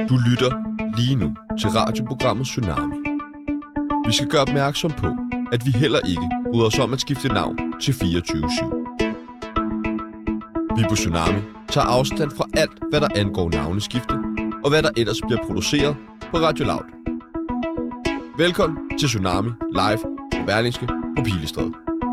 Du lytter lige nu til radioprogrammet Tsunami. Vi skal gøre opmærksom på, at vi heller ikke bryder os om at skifte navn til 24/7. Vi på Tsunami tager afstand fra alt, hvad der angår navneskifte, og hvad der ellers bliver produceret på Radio Loud. Velkommen til Tsunami live på Berlingske på Pilestræde.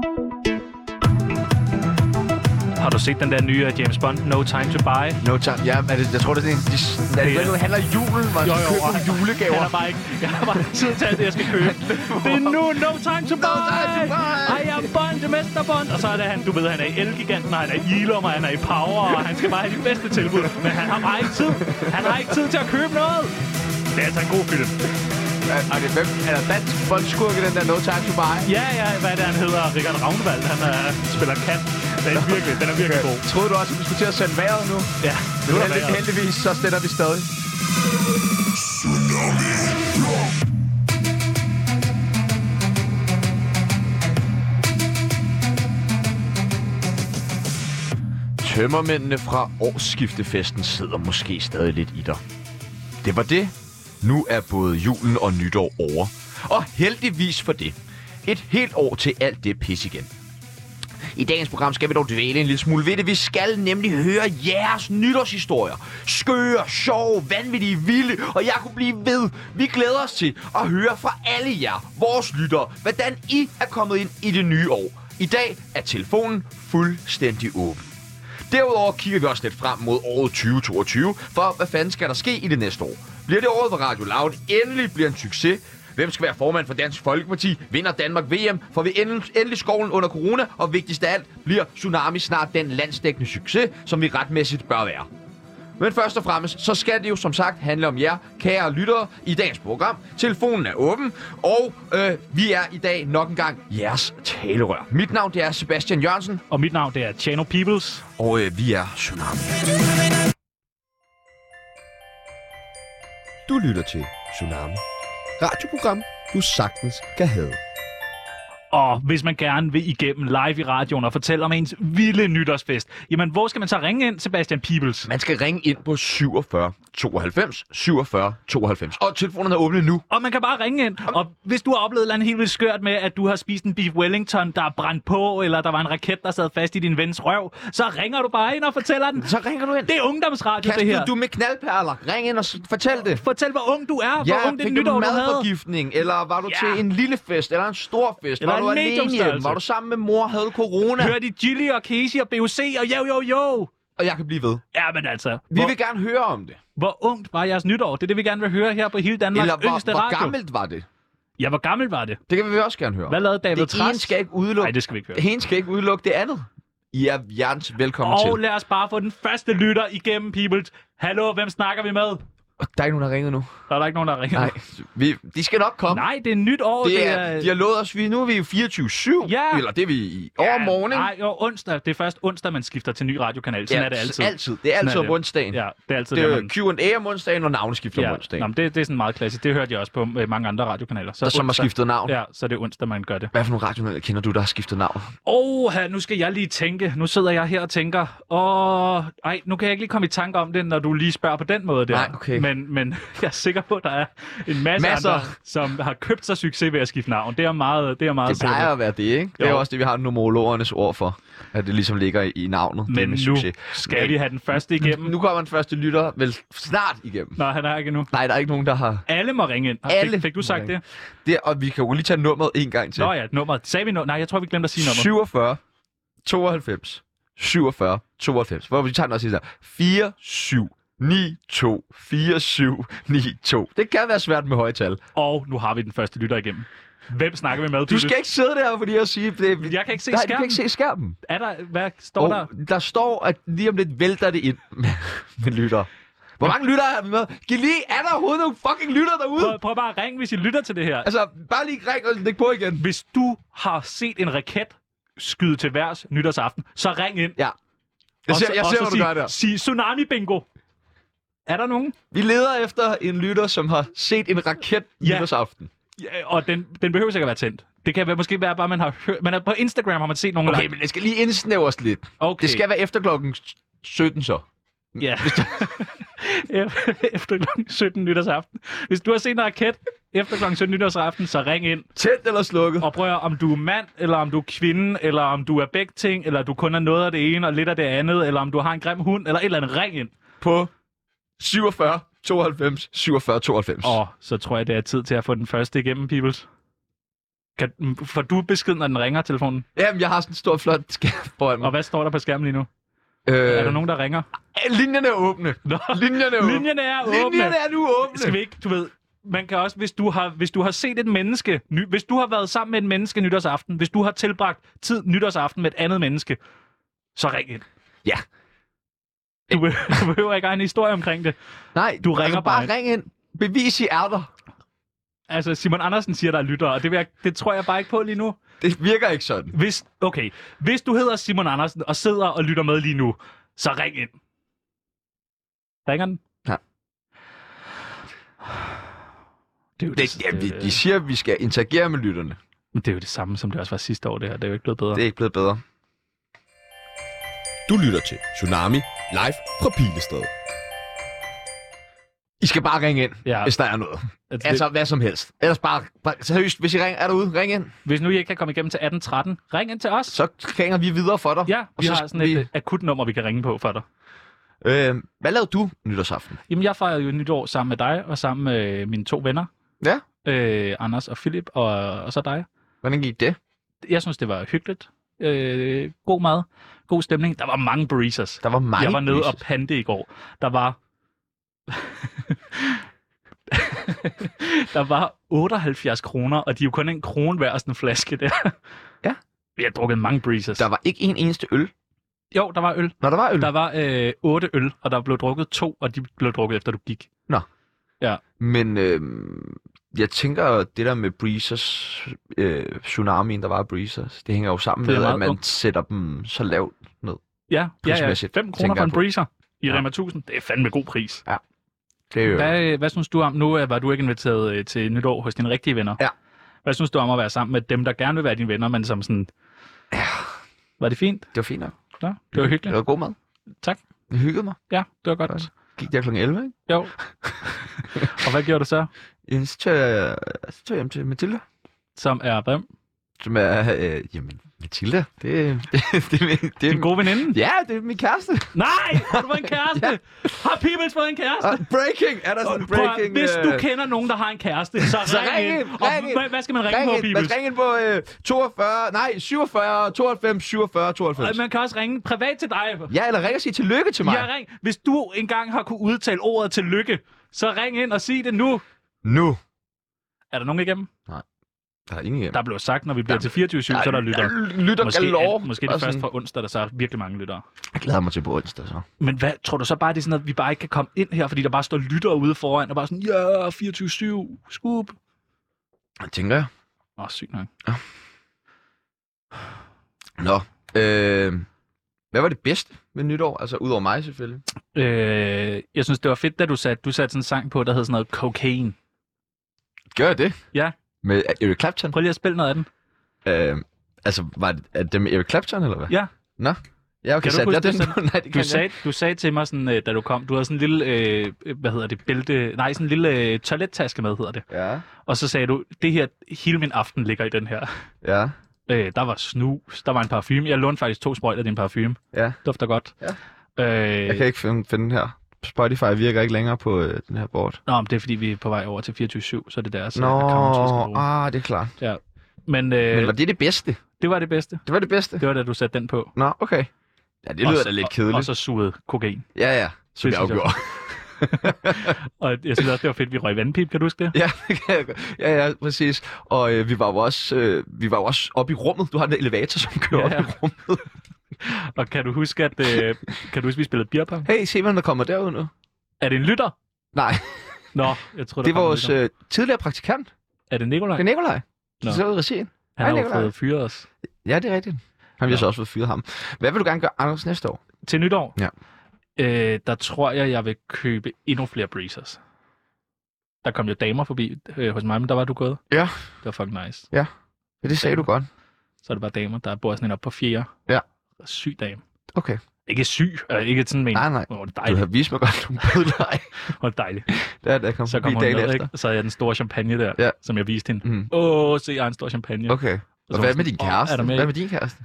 Har du set den der nye James Bond, No Time to Buy? No Time, ja, jeg tror, det er en... Det handler om julen, hvor jeg skal købe nogle julegaver. Jeg har bare tid til alt det, jeg skal købe. Det er nu No Time to Buy! I am Bond, Mester Bond! Og så er det han, du ved, han er i Elgiganten, og han er i Ilum, og han er i Power, og han skal bare have de bedste tilbud. Men han har bare ikke tid. Han har ikke tid til at købe noget. Det er altså en god film. Er der dansk boldskurke, den der No Time to Buy? Ja, hvad er det, han hedder? Richard Ravnvald, han spiller kat. Den er virkelig god. Troede du også, at vi skulle til at sende vejret nu? Ja, nu heldigvis, så stiller vi stadig. Tømmermændene fra årsskiftefesten sidder måske stadig lidt i dig. Det var det. Nu er både julen og nytår over. Og heldigvis for det. Et helt år til alt det pis igen. I dagens program skal vi dog dvæle en lille smule ved det. Vi skal nemlig høre jeres nytårshistorier. Skøre, sjove, vanvittige, vilde, og jeg kunne blive ved. Vi glæder os til at høre fra alle jer, vores lyttere, hvordan I er kommet ind i det nye år. I dag er telefonen fuldstændig åben. Derudover kigger vi også lidt frem mod året 2022, for hvad fanden skal der ske i det næste år? Bliver det året, hvor Radio Loud endelig bliver en succes? Hvem skal være formand for Dansk Folkeparti? Vinder Danmark VM? Får vi endelig skovlen under corona? Og vigtigst af alt, bliver Tsunami snart den landsdækkende succes, som vi retmæssigt bør være? Men først og fremmest, så skal det jo som sagt handle om jer, kære lyttere, i dagens program. Telefonen er åben, og vi er i dag nok engang jeres talerør. Mit navn, det er Sebastian Jørgensen. Og mit navn, det er Tjano Peoples. Og vi er Tsunami. Du lytter til Tsunami. Radioprogram, du sagtens kan have. Og hvis man gerne vil igennem live i radioen og fortælle om ens vilde nytårsfest, jamen hvor skal man så ringe ind, Sebastian Peoples? Man skal ringe ind på 47 92 47 92. Og telefonen er åbne nu. Og man kan bare ringe ind. Og hvis du har oplevet noget helt vildt skørt med, at du har spist en beef Wellington, der er brændt på, eller der var en raket, der sad fast i din vens røv, så ringer du bare ind og fortæller den. Så ringer du ind. Det er ungdomsradio, det her. Du med knaldperler. Ring ind og fortæl det. Fortæl, hvor ung du er. Hvor ung det nytår, du havde. Madforgiftning, eller var du til en lille fest, eller en stor fest? Eller var du alene hjemme? Var du sammen med mor, havde corona? Hør de Gilly og Casey og BOC og jo. Og jeg kan blive ved. Ja, men altså. Vi vil gerne høre om det. Hvor ungt var jeres nytår? Det er det, vi gerne vil høre her på hele Danmarks yngste radio. Hvor gammelt var det? Ja, hvor gammelt var det? Det kan vi også gerne høre. Hvad lavede David Trads? Det ene skal ikke udelukke. Nej, det skal vi ikke høre. Det ene skal ikke udelukke det andet. I er hjertens velkommen til. Og lad os bare få den første lytter igennem, Peoples. Hallo, hvem snakker vi med? Der er ikke nogen, der ringer nu. Der er der ikke nogen, der ringer nu. Nej, de skal nok komme. Nej, det er nyt år. De har lovet os, nu er vi 24/7. Ja. Eller det er vi i overmorgen. Nej, onsdag. Det er først onsdag, man skifter til ny radiokanal. Sådan er det altid. Altid. Det er altid om onsdagen. Ja, det er altid det. Det er Q&A om onsdagen, og navneskifter om onsdagen. Nå, det er sådan meget klassisk. Det hørte jeg også på mange andre radiokanaler. Så som har skiftet navn? Ja, så er det onsdag, man gør det. Hvad for nogle radiokanaler kender du, der har skiftet navn? Nu skal jeg lige tænke. Nu sidder jeg her og tænker, nu kan jeg ikke lige komme i tanke om det, når du lige spørger på den måde der. Nej, okay. Men jeg er sikker på, at der er en masse andre, som har købt sig succes ved at skifte navn. Det er meget Det plejer at være det, ikke? Det er også det, vi har numerologernes ord for. At det ligesom ligger i navnet. Men nu succes. Skal vi have den første igennem. Nu kommer den første lytter vel snart igennem. Nå, han er ikke nu. Nej, der er ikke nogen, der har... Alle må ringe ind. Fik du sagt det? Og vi kan jo lige tage nummeret en gang til. Nå ja, nummeret. Sagde vi Nej, jeg tror, vi glemte at sige nummeret. 47 92 47 92. Hvor vi tager den også der. 47 92 47 92. Det kan være svært med høje tal. Og nu har vi den første lytter igennem. Hvem snakker vi med? Du skal ikke sidde der, fordi jeg siger... Jeg kan ikke se skærmen. Du kan ikke se skærmen. Hvad står der? Der står, at lige om lidt vælter det ind med lytter. Hvor mange lytter er vi med? Er der overhovedet nogle fucking lytter derude? Prøv bare at ringe, hvis I lytter til det her. Altså, bare lige ring og læg på igen. Hvis du har set en raket skyde til værs nytårsaften, så ring ind. Ja. Jeg ser, hvad du gør der. Sig Tsunami Bingo. Er der nogen? Vi leder efter en lytter, som har set en raket nytårsaften. Ja, og den behøver sikkert være tændt. Det kan måske være bare, man har hørt... Men på Instagram har man set nogen... Okay, men det skal lige indsnævres lidt. Okay. Det skal være efter klokken 17 så. Ja. efter kl. 17 nytårsaften. Hvis du har set en raket efter kl. 17 nytårsaften, så ring ind. Tændt eller slukket? Og prøv at, om du er mand, eller om du er kvinde, eller om du er begge ting, eller du kun er noget af det ene og lidt af det andet, eller om du har en grim hund, eller et eller andet, ring ind. På 47 92 47 92. Så tror jeg, det er tid til at få den første igennem, Peoples. Får du besked, når den ringer telefonen? Jamen, jeg har sådan en stor, flot skærm foran mig. Og hvad står der på skærmen lige nu? Er der nogen, der ringer? Linjerne er åbne. Linjerne er åbne. Linjerne er åbne. Linjerne er nu åbne. Skal vi ikke, du ved... Man kan også, hvis du har set et menneske, hvis du har været sammen med et menneske nytårsaften, hvis du har tilbragt tid nytårsaften med et andet menneske, så ring ind. Ja. Du behøver ikke have en historie omkring det. Nej, du ringer bare ring ind. Bevis, I er der. Altså, Simon Andersen siger, der er lyttere, og det tror jeg bare ikke på lige nu. Det virker ikke sådan. Hvis du hedder Simon Andersen og sidder og lytter med lige nu, så ring ind. Ringer den? Ja. De siger, at vi skal interagere med lytterne. Men det er jo det samme, som det også var sidste år, det her. Det er jo ikke blevet bedre. Det er ikke blevet bedre. Du lytter til Tsunami live fra Pilestræde. I skal bare ringe ind, hvis der er noget. Altså, hvad som helst. Ellers bare seriøst, hvis I er derude, ring ind. Hvis nu I ikke kan komme igennem til 1813, ring ind til os. Så ringer vi videre for dig. Ja, vi har sådan et akut nummer, vi kan ringe på for dig. Hvad lavede du nytårsaften? Jamen, jeg fejrede jo nytår sammen med dig, og sammen med mine 2 venner. Ja. Anders og Philip, og så dig. Hvordan gik det? Jeg synes, det var hyggeligt. God mad, god stemning. Der var mange burritos. Jeg var nede og pante i går. Der var... der var 78 kroner, og de er jo kun 1 krone hver sådan en flaske der. Ja. Vi har drukket mange breezers. Der var ikke en eneste øl? Jo, der var øl. Nå, der var øl? Der var 8 øl, og der blev drukket 2, og de blev drukket efter du gik. Nå. Ja. Men jeg tænker, det der med breezers, tsunamien, der var breezers, det hænger jo sammen med, at man sætter dem så lavt ned. Ja. 5 kroner for en breezer i Rema 1000. Det er fandme god pris. Ja. Hvad synes du om, nu var du ikke inviteret til nytår hos dine rigtige venner. Ja. Hvad synes du om at være sammen med dem, der gerne vil være dine venner, men som sådan... Ja. Var det fint? Det var fint nok. Ja, det var hyggeligt. Det var god mad. Tak. Jeg hyggede mig. Ja, det var godt. Gik der kl. 11, ikke? Jo. Og hvad gjorde du så? Så tog jeg hjem til Mathilde. Som er hvem? Som er, jamen, Mathilde, det er din gode veninde? Ja, det er min kæreste. Nej, har du fået en kæreste? Ja. Har Peoples fået en kæreste? Breaking, er der sådan en breaking? Hvis du kender nogen, der har en kæreste, så ring ind. Og hvad skal man ringe på, Peoples? Man skal ringe ind på 47 92 47 92. Og man kan også ringe privat til dig. Ja, eller ring og sige tillykke til mig. Ja, ring. Hvis du engang har kunne udtale ordet tillykke, så ring ind og sig det nu. Nu. Er der nogen igennem? Nej. Der er ingen igennem. Der blev sagt, når vi bliver til 24/7, så der lytter. Måske det først fra onsdag, der så er virkelig mange lyttere. Jeg glæder mig til på onsdag, så. Men hvad, tror du så bare, det er sådan, at vi bare ikke kan komme ind her, fordi der bare står lyttere ude foran, og bare sådan, ja, 24/7, scoop. Det tænker jeg. Sygt nok. Ja. Nå, hvad var det bedste ved nytår? Altså, udover mig selvfølgelig. Jeg synes, det var fedt, da du satte sådan en sang på, der hed sådan noget Cocaine. Gør jeg det? Ja. Med Eric Clapton? Prøv lige at spille noget af den. Altså, var det med Eric Clapton, eller hvad? Ja. Nå. Ja, okay, satte jeg den på? Nej, det kan du sagde til mig, sådan, da du kom, du havde sådan en lille, sådan en lille toilettaske med, hedder det. Ja. Og så sagde du, det her, hele min aften ligger i den her. Ja. Der var snus, der var en parfume. Jeg lånte faktisk 2 sprøjter af din parfume. Ja. Dufter godt. Ja. Jeg kan ikke finde den her. Spotify virker ikke længere på den her board. Nå, men det er fordi, vi er på vej over til 24/7, så det er deres account, vi skal bruge. Det er klart. Ja. Men var det bedste? Det var det bedste. Det var det bedste? Det var da du satte den på. Nå, okay. Ja, det lyder da lidt kedeligt. Og så sugede kokain. Ja, som jeg gjorde. Og jeg synes også, det var fedt, vi røg vandpip, kan du huske det? Ja, det kan jeg godt. Ja, præcis. Og vi var jo også oppe i rummet. Du har en elevator, som kører op i rummet. Og kan du huske, at vi spillede beerpong? Hey, se, hvem der kommer derud nu. Er det en lytter? Nej. Nå, jeg tror, det var vores tidligere praktikant. Er det Nikolaj? Det er Nikolaj. Så ud regien. Han har jo fået fyret os. Ja, det er rigtigt. Han vil så også fået fyret ham. Hvad vil du gerne gøre anderledes næste år? Til nytår? Ja. Der tror jeg vil købe endnu flere breezers. Der kom jo damer forbi hos mig, men der var du gået. Ja. Det var fucking nice. Ja, det sagde du godt. Så er det bare damer, der bor sådan en op på 4. Ja. Syg dame. Okay. Ikke syg, ikke sådan en. Nej. Det er Du dejligt. har vist mig godt nogle billeder. Hvor dejligt. Der kom Så forbi kom hun dagen ned, efter. ikke? Og så havde jeg den store champagne der, som jeg viste hende. Se, jeg har en stor champagne. Okay. så Og hvad med din kæreste? er der med? Hvad med din kæreste?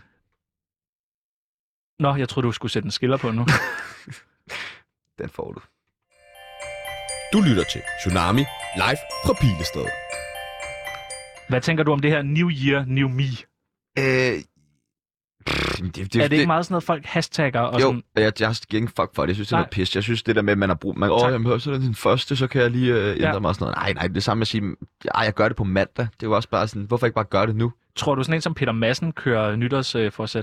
Nå, jeg troede, du skulle sætte en skiller på nu. Den får du. Du lytter til Tsunami live fra Pilestræde. Hvad tænker du om det her New Year, New Me? Er det ikke meget sådan noget, folk hashtagger? Og jo, sådan... jeg har ikke fuck for det. Jeg synes, det er noget pis. Jeg synes, det der med, at man har brug... så er det den første, så kan jeg lige ændre mig og sådan noget. Nej, det er samme med at sige, jeg gør det på mandag. Det er jo også bare sådan, hvorfor ikke bare gøre det nu? Tror du sådan en som Peter Madsen kører nytårsforsæt?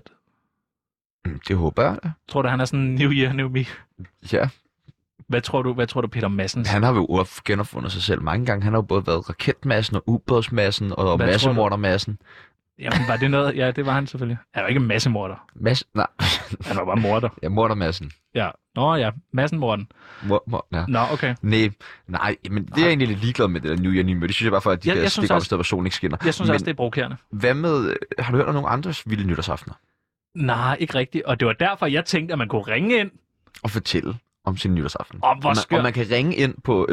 Det håber jeg da. Tror du, han er sådan New Year, New Me? Ja. Hvad tror du, Peter Madsen? Han har jo genopfundet sig selv mange gange. Han har jo både været raketmassen og ubådsmassen og massemordermassen. Jamen, var det noget? Ja, det var han selvfølgelig. Han var ikke massemorder. Nej. Han var bare morder. Ja, mordermassen. Ja. Nå ja, massenmorden. Ja. Nå, okay. Nej, men det er jeg egentlig lidt ligeglad med, det der New Year, New Me. Det synes jeg bare for, at de kan stikke op et sted, hvor solen ikke skinner. Jeg synes også, det er provokerende. Hvad med... Har du hørt om nogle andre vilde nytårsaftener? Nej, ikke rigtigt. Og det var derfor, jeg tænkte, at man kunne ringe ind. Og fortælle om sin nytårsaften. Og man kan ringe ind på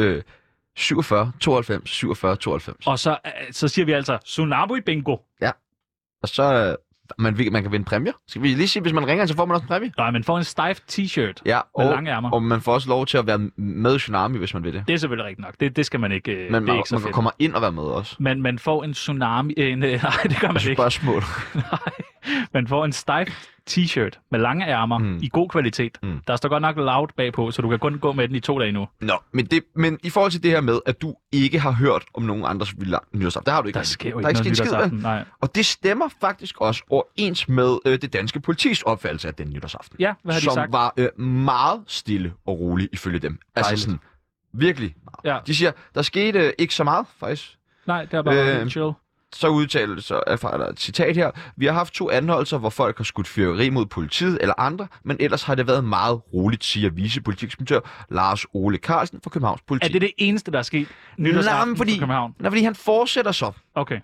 47 92 47 92. Og så siger vi altså Tsunami Bingo. Ja. Og så man kan vinde præmier. Skal vi lige sige, hvis man ringer, så får man også en præmie? Nej, man får en stejf t-shirt med lange ærmer. Og man får også lov til at være med i Tsunami, hvis man vil det. Det er selvfølgelig rigtigt nok. Det skal man ikke. Men det er ikke så man fedt. kommer ind og være med også. Men man får en tsunami... nej, det gør man ikke. Spørgsmål. Nej, man får en stejf t-shirt med lange ærmer i god kvalitet. Der står godt nok loud bagpå, så du kan kun gå med den i 2 dage nu. Nå, men i forhold til det her med, at du ikke har hørt om nogen andres vilde nytårsaften, der har du ikke. Der sker jo ikke noget nytårsaften, nej. Og det stemmer faktisk også overens med det danske politis opfattelse af den nytårsaften. Ja, hvad har de sagt? Som var meget stille og rolig ifølge dem. Altså sådan, virkelig meget. Ja. De siger, der skete ikke så meget, faktisk. Nej, det er bare chill. Så udtaler så er der et citat her. Vi har haft 2 anholdelser, hvor folk har skudt fyrværkeri mod politiet eller andre, men ellers har det været meget roligt, siger vicepolitiinspektør Lars Ole Carlsen fra Københavns Politi. Er det det eneste, der er sket nytårsaften for København? Nej, fordi han fortsætter så. Okay.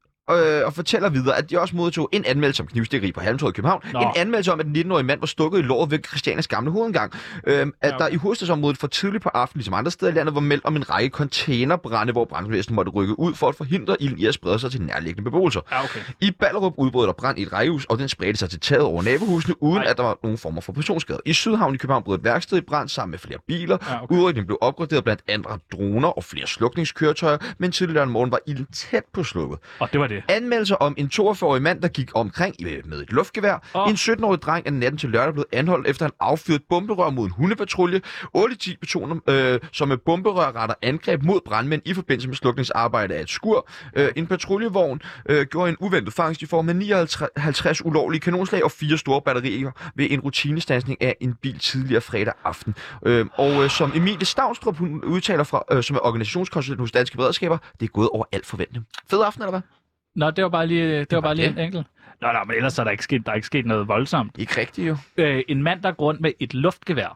Og fortæller videre, at de også modtog en anmeldelse om knivstikkeri på Halmtorvet i København. En anmeldelse om, at en 19-årig mand var stukket i låret ved Christianias gamle hovedindgang. Der i hovedstadsområdet for tidligt på aftenen, ligesom andre steder i landet, var meldt om en række containerbrande, hvor brandvæsenet måtte rykke ud for at forhindre ilden i at sprede sig til nærliggende beboelser. Okay. I Ballerup udbrød der brand i et rækkehus, og den spredte sig til taget over nabohusene, uden at der var nogen former for personskade. I Sydhavn i København brød et værksted i brand sammen med flere biler. Udrykningen blev opgraderet blandt andre droner og flere slukningskøretøjer, men tidligere om morgenen var ilden tæt på slukket. Og det var det. Anmeldelser om en 42-årig mand, der gik omkring med et luftgevær. En 17-årig dreng er natten til lørdag blevet anholdt, efter han affyrede bomberør mod en hundepatrulje. 8-10 personer, som med bomberør retter angreb mod brandmænd i forbindelse med slukningsarbejde af et skur. En patruljevogn gjorde en uventet fangst i form af 59 ulovlige kanonslag og 4 store batterier ved en rutinestansning af en bil tidligere fredag aften. Og som Emilie Stavnstrup udtaler fra, som er organisationskonsulent hos Danske Beredskaber, det er gået over alt forventning. Fed aften, eller hvad? Nå, det var bare lige en enkelt. Nå, men ellers er der ikke sket noget voldsomt. Ikke rigtigt, jo. En mand, der går rundt med et luftgevær.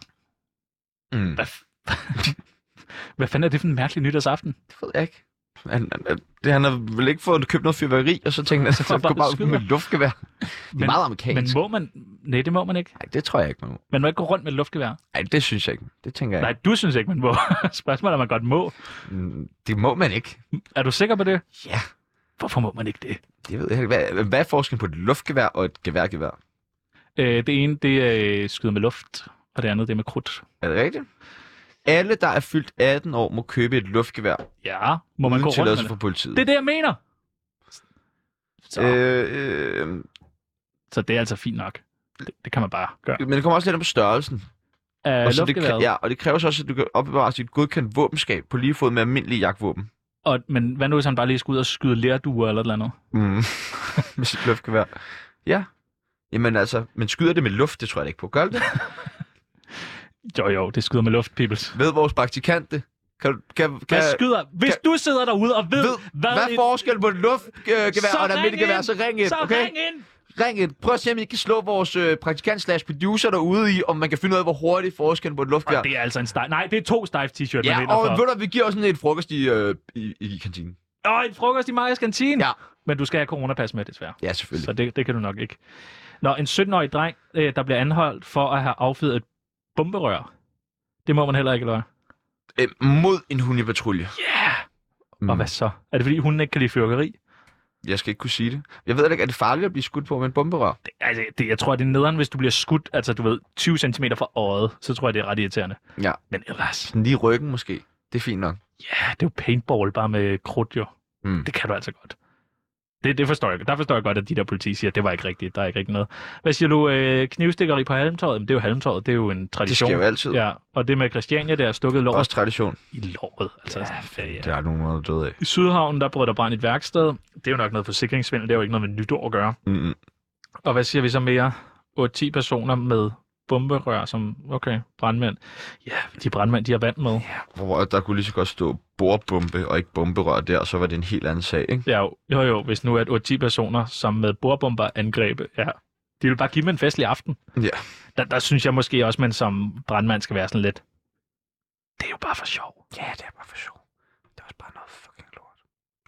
Hvad fanden er det for en mærkelig nytårsaften? Det ved jeg ikke. Han har vel ikke fået købt noget fyrværkeri, og så tænkte han, at han kunne bare ud med et luftgevær. Det er meget amerikansk. Men må man... Nej, det må man ikke. Nej, det tror jeg ikke, man må. Man må ikke gå rundt med et luftgevær. Nej, det synes jeg ikke. Det tænker jeg ikke. Nej, du synes ikke, man må. Spørgsmålet er, man godt må. Det må man ikke. Er du sikker på det? Ja. Hvorfor må man ikke det? Det ved jeg ikke. Hvad er forskellen på et luftgevær og et geværgevær? Det ene, det er skyder med luft, og det andet, det er med krudt. Er det rigtigt? Alle, der er fyldt 18 år, må købe et luftgevær. Ja, må man gå rundt med det? For politiet. Det er det, jeg mener! Så det er altså fint nok. Det kan man bare gøre. Men det kommer også lidt om størrelsen. Og det kræver så også, at du kan opbevare sit godkendt våbenskab på lige fod med almindelige jagtvåben. Men hvad nu, hvis han bare lige skal ud og skyde lerduer eller et eller andet? Med sit luftgevær. Ja. Jamen altså, men skyder det med luft, det tror jeg ikke på. Gør det? Jo, det skyder med luft, peoples. Ved vores praktikant det? Hvad skyder? Hvis du sidder derude og ved hvad er forskellen på et luftgevær og et almindeligt gevær, så ring ind, okay? Ring ind! Ring ind. Prøv at se, om I kan slå vores praktikant/producer derude i, om man kan finde ud af, hvor hurtigt forskellen på et luftgevær. Det er altså en stejf... Nej, det er 2 stejf t-shirt, ja, man vinder for. Og ved du, vi giver også sådan et frokost i kantinen. En frokost i Marias kantine? Ja. Men du skal have coronapas med, desværre. Ja, selvfølgelig. Så det kan du nok ikke. Når en 17-årig dreng, der bliver anholdt for at have affyret et bomberør, det må man heller ikke, eller Mod en hundepatrulje. Ja! Yeah. Og hvad så? Er det fordi, hunden ikke kan lide fyrværkeri? Jeg skal ikke kunne sige det. Jeg ved ikke, er det farligt at blive skudt på med en bomberør? Jeg tror, det er nederen, hvis du bliver skudt, altså du ved, 20 cm fra øjet, så tror jeg, det er ret irriterende. Ja. Men ellers... Sådan lige ryggen måske. Det er fint nok. Ja, det er jo paintball bare med krudt jo. Det kan du altså godt. Det forstår jeg. Der forstår jeg godt, at de der politi siger, at det var ikke rigtigt. Der er ikke rigtig noget. Hvad siger du? Knivstikkeri på Halmtorvet? Men det er jo Halmtorvet. Det er jo en tradition. Det sker jo altid. Ja, og det med Christiania, der er stukket låret. Også tradition. I låret. Altså, ja. Det er nogen, der er døde af. I Sydhavnen, der brød der brand i et værksted. Det er jo nok noget forsikringsvindel. Det er jo ikke noget med nytår at gøre. Og hvad siger vi så mere? 8-10 personer med bomberør som, brandmænd. Ja, de brandmænd, de har vand med. Ja, hvor der kunne lige så godt stå bordbombe og ikke bomberør der, og så var det en helt anden sag, ikke? Ja, jo. Hvis nu er 8-10 personer, som med bordbomber angrebet, ja. De vil bare give mig en festlig aften. Ja. Der synes jeg måske også, man som brandmand skal være sådan lidt. Det er jo bare for sjov. Ja, det er bare for sjov. Det er også bare noget fucking lort.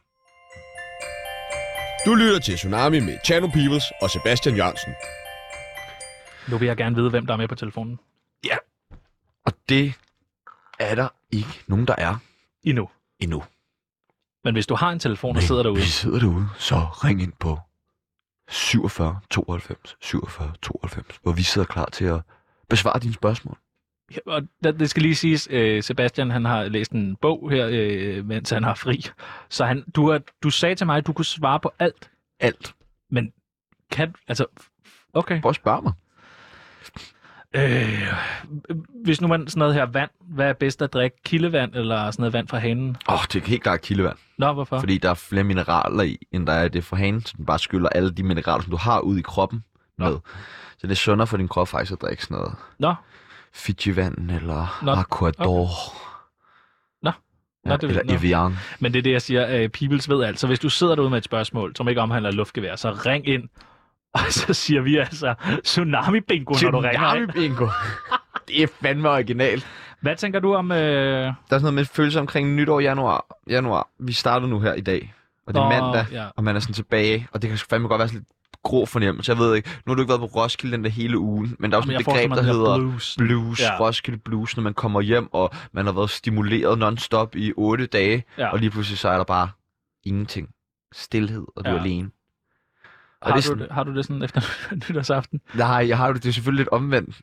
Du lytter til Tsunami med Chano Peoples og Sebastian Jørgensen. Nu vil jeg gerne vide, hvem der er med på telefonen. Ja, og det er der ikke nogen, der er. Endnu. Men hvis du har en telefon og sidder derude... Vi sidder derude, så ring ind på 47 92 47 92, hvor vi sidder klar til at besvare dine spørgsmål. Ja, og det skal lige siges, Sebastian han har læst en bog her, mens han har fri. Så du sagde til mig, at du kunne svare på alt. Alt. Men okay. Prøv at spørge mig. Hvis nu man sådan noget her vand, hvad er bedst at drikke? Kildevand eller sådan noget vand fra hanen? Det er helt klart kildevand. Nå, hvorfor? Fordi der er flere mineraler i, end der er det fra hanen, så den bare skyller alle de mineraler, som du har ud i kroppen med. Så det er sundere for din krop faktisk at drikke sådan noget. Fiji-vand eller Aquador. Eller Evian. Men det er det, jeg siger. Peoples ved alt. Så hvis du sidder derude med et spørgsmål, som ikke omhandler luftgevær, så ring ind. Og så siger vi altså Tsunami-bingo, når du ringer. Tsunami-bingo. Det er fandme originalt. Hvad tænker du om... Der er sådan noget med følelse omkring nytår januar. Vi starter nu her i dag. Og det er mandag, og man er sådan tilbage. Og det kan fandme godt være sådan lidt grå fornemmelse. Jeg ved ikke, nu har du ikke været på Roskilde den der hele ugen, men der er også et begreb, der hedder blues. Roskilde blues, når man kommer hjem, og man har været stimuleret non-stop i 8 dage. Ja. Og lige pludselig så er der bare ingenting. Stilhed, og du er alene. Har du det sådan efter nytårsaften? Nej, jeg har det er selvfølgelig lidt omvendt.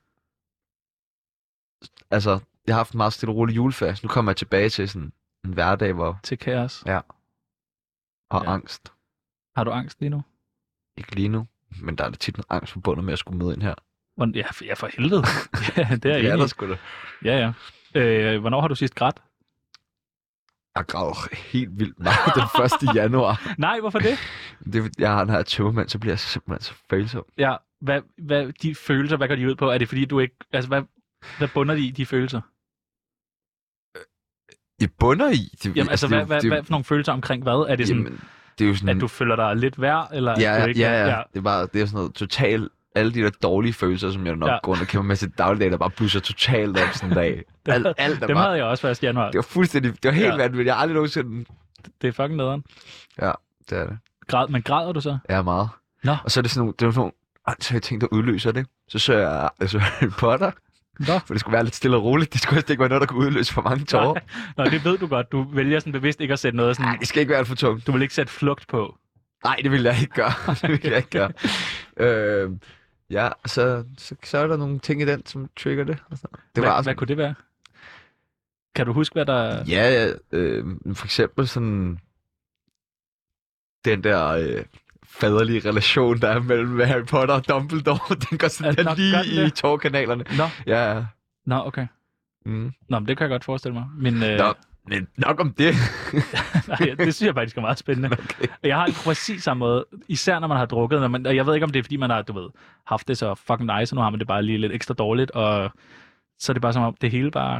Altså, jeg har haft en meget stille og rolig juleferie. Nu kommer jeg tilbage til sådan en hverdag, hvor... Til kaos? Ja. Og angst. Har du angst lige nu? Ikke lige nu, men der er tit en angst forbundet med at skulle med ind her. Ja, for helvede. Ja, det er ja, der sgu da. Ja. Hvornår har du sidst grædt? Jeg græder helt vildt meget den 1. januar. Nej, hvorfor det? Jeg har den her tømmermand, så bliver jeg simpelthen så følsom. Ja, hvad de følelser, hvad går de ud på? Er det fordi, du ikke... Altså, hvad bunder de i, de følelser? Det bunder i? Jamen, altså, hvad for nogle følelser omkring hvad? Er det sådan, jamen, det er jo sådan... at du føler dig lidt værd, eller... Ja, du ikke... ja. Det er sådan noget totalt... Alle de der dårlige følelser, som jeg nok går og kæmper med til dagligdag, der bare blusser totalt op sådan en dag. Alt dem havde jeg også 1. januar. Det var fuldstændig... Det var helt vanvittigt. Jeg har aldrig nogensinde... Det er fucking nederen. Ja, det er det. Men græder du så? Ja, meget. Nå. Og så er det sådan nogle... Så har jeg tænkt, der udløser det. Så jeg Harry Potter. Nå. For det skulle være lidt stille og roligt. Det skulle ikke være noget, der kunne udløse for mange tårer. Nå, det ved du godt. Du vælger sådan bevidst ikke at sætte noget sådan... Nej, det skal ikke være alt for tungt. Du vil ikke sætte flugt på? Nej, det vil jeg ikke gøre. Ja, så er der nogle ting i den, som trigger det. Hvad kunne det være? Kan du huske, hvad der... Ja, for eksempel sådan... Den der faderlige relation, der er mellem Harry Potter og Dumbledore, den går sådan der lige i tårkanalerne. Nå. Ja. Nå, okay. Nå, men det kan jeg godt forestille mig. Men, men nok om det. Nej, det synes jeg faktisk er meget spændende. Okay. Jeg har præcis samme måde, især når man har drukket, og jeg ved ikke, om det er, fordi man har, haft det så fucking nice, og nu har man det bare lige lidt ekstra dårligt, og så er det bare som om, det hele bare...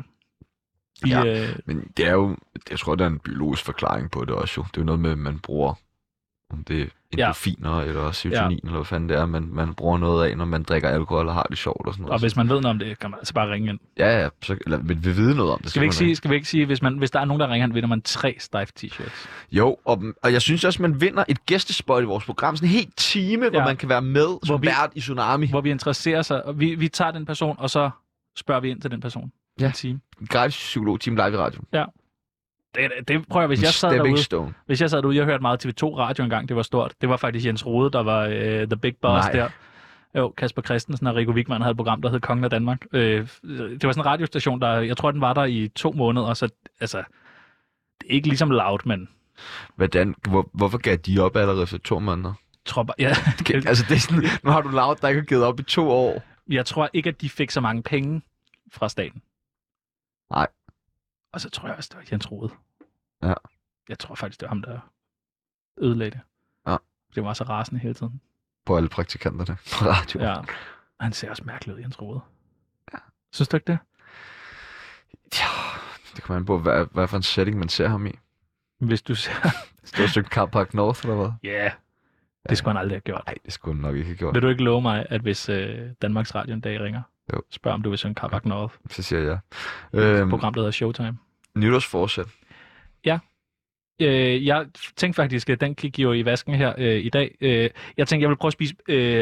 men det er jo, jeg tror, der er en biologisk forklaring på det også jo. Det er jo noget med, at man bruger Om det er endorfiner eller serotonin, eller hvad fanden det er, man bruger noget af, når man drikker alkohol og har det sjovt og sådan noget. Og hvis man ved noget om det, kan man altså bare ringe ind. Ja, eller vil vide noget om det. Skal vi ikke sige, hvis der er nogen, der ringer ind, vinder man 3 Steiff t-shirts? Jo, og jeg synes også, man vinder et gæstespot i vores program. Sådan en helt time, hvor man kan være med som vært i Tsunami. Hvor vi interesserer sig, og vi tager den person, og så spørger vi ind til den person. Ja, en time. Gratis psykolog-team live i radio. Ja. Det prøver jeg, hvis jeg sad derude. Jeg hørte meget TV2 Radio engang, det var stort. Det var faktisk Jens Rode, der var the big boss der. Jo, Kasper Christensen og Rico Wigman havde et program, der hed Kongen af Danmark. Det var sådan en radiostation, der, jeg tror, den var der i 2 måneder, så altså, det er ikke ligesom Loud, men... Hvorfor gav de op allerede efter 2 måneder? Altså, det er sådan, nu har du Loud, der ikke har givet op i 2 år. Jeg tror ikke, at de fik så mange penge fra staten. Nej. Og så tror jeg også, det var Jens Rode. Ja. Jeg tror faktisk, det var ham, der ødelagde det. Ja. Det var så rasende hele tiden. På alle praktikanterne på radio. Ja. Han ser også mærkelig ud, Jens Rode. Ja. Synes du ikke det? Ja, det kommer an på, hvad for en setting man ser ham i. Hvis du ser... Stort stykke Car Park North, eller hvad? Ja, det skulle han aldrig have gjort. Nej, det skulle han nok ikke have gjort. Vil du ikke love mig, at hvis Danmarks Radio en dag ringer, spørg om du vil synge Car Park North? Så siger jeg. Program, der hedder Showtime. Nytårsforsæt. Ja. Jeg tænkte faktisk, at den gik jo i vasken her i dag. Jeg tænkte, jeg vil prøve at spise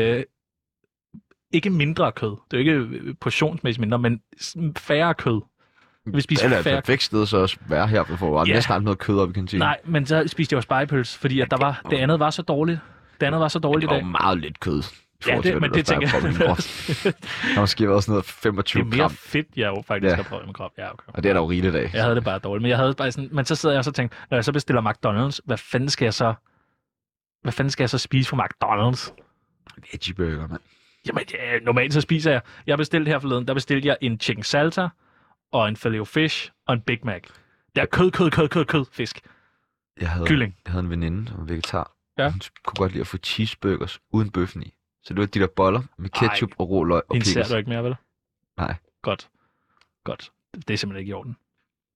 ikke mindre kød. Det er jo ikke portionsmæssigt mindre, men færre kød. Det er et perfekt sted så også være her, for at næsten aldrig noget kød op i kantinen. Nej, men så spiste jeg jo spegepølse, fordi at det andet var så dårligt. Det andet var så dårligt i dag. Det var meget lidt kød. Ja, men det tænker jeg. Der har måske været sådan noget 25 gram. Det er mere fedt, jeg jo faktisk har prøvet med krop. Ja, okay. Og det er der jo rigeligt af. Jeg havde det bare dårligt, men jeg havde bare sådan, men så sidder jeg og så tænker, når jeg så bestiller McDonald's, hvad fanden skal jeg så spise fra McDonald's? Veggie-burger, mand. Jamen, normalt så spiser jeg bestilte her forleden, der bestilte jeg en chicken salsa, og en Filet-O-Fish, og en Big Mac. Det er kød, fisk. Kylling. Jeg havde en veninde, som var vegetar. Ja. Hun kunne godt lide at få cheeseburgers uden bøffen i. Så det var de der boller med ketchup og rå løg og pickles. Hende ser du ikke mere, vel? Nej. Godt. Det er simpelthen ikke i orden.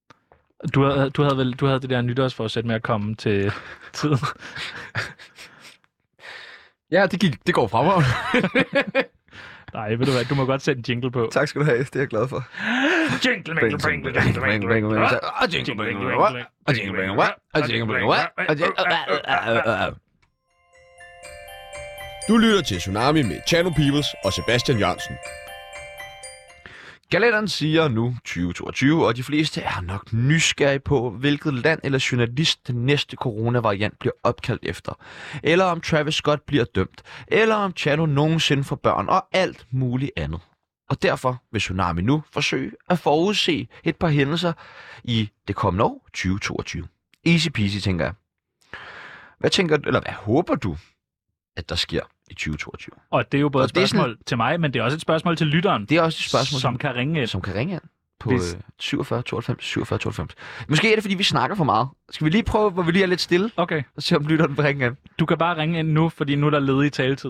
Du havde det der nytårsforsæt med at komme til tiden. Ja, det går fremad. Nej, ved du hvad, du må godt sætte en jingle på. Tak skal du have, det er jeg glad for. Du lytter til Tsunami med Chano Peoples og Sebastian Jørgensen. Kalenderen siger nu 2022, og de fleste er nok nysgerrige på, hvilket land eller journalist den næste coronavariant bliver opkaldt efter. Eller om Travis Scott bliver dømt. Eller om Chano nogensinde får børn og alt muligt andet. Og derfor vil Tsunami nu forsøge at forudse et par hændelser i det kommende år 2022. Easy peasy, tænker jeg. Hvad håber du, at der sker i 2022? Og det er jo både et spørgsmål til mig, men det er også et spørgsmål til lytteren. Det er også et spørgsmål, som kan ringe ind. Som kan ringe ind på 47 92 47 92. Måske er det, fordi vi snakker for meget. Skal vi lige prøve, hvor vi lige er lidt stille? Okay. Og se, om lytteren vil ringe ind. Du kan bare ringe ind nu, fordi nu er der ledig taletid.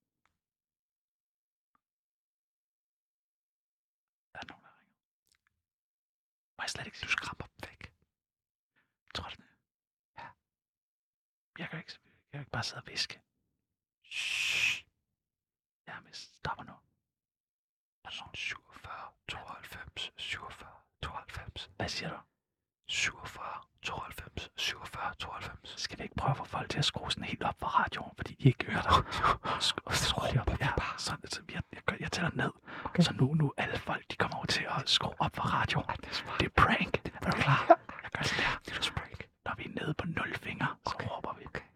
Der er nogen, der ringer. Må jeg slet ikke sige, du skræmmer dem væk? Tror du det? Ja. Jeg kan ikke bare sidde og viske. Shhh. Ja, men stopper nu. Er det sådan 47, 92, 47, 92? Hvad siger du? 47, 92, 47, 92. Skal vi ikke prøve at få folk til at skrue sådan helt op for radioen, fordi de ikke hører dig? Skru lige op. Ja, sådan, jeg tæller ned. Okay. Så nu alle folk, de kommer over til at skrue op for radioen. Det er prank. Er du klar? Jeg gør sådan der. Det er prank. Når vi er nede på 0 fingre, så råber vi. Okay.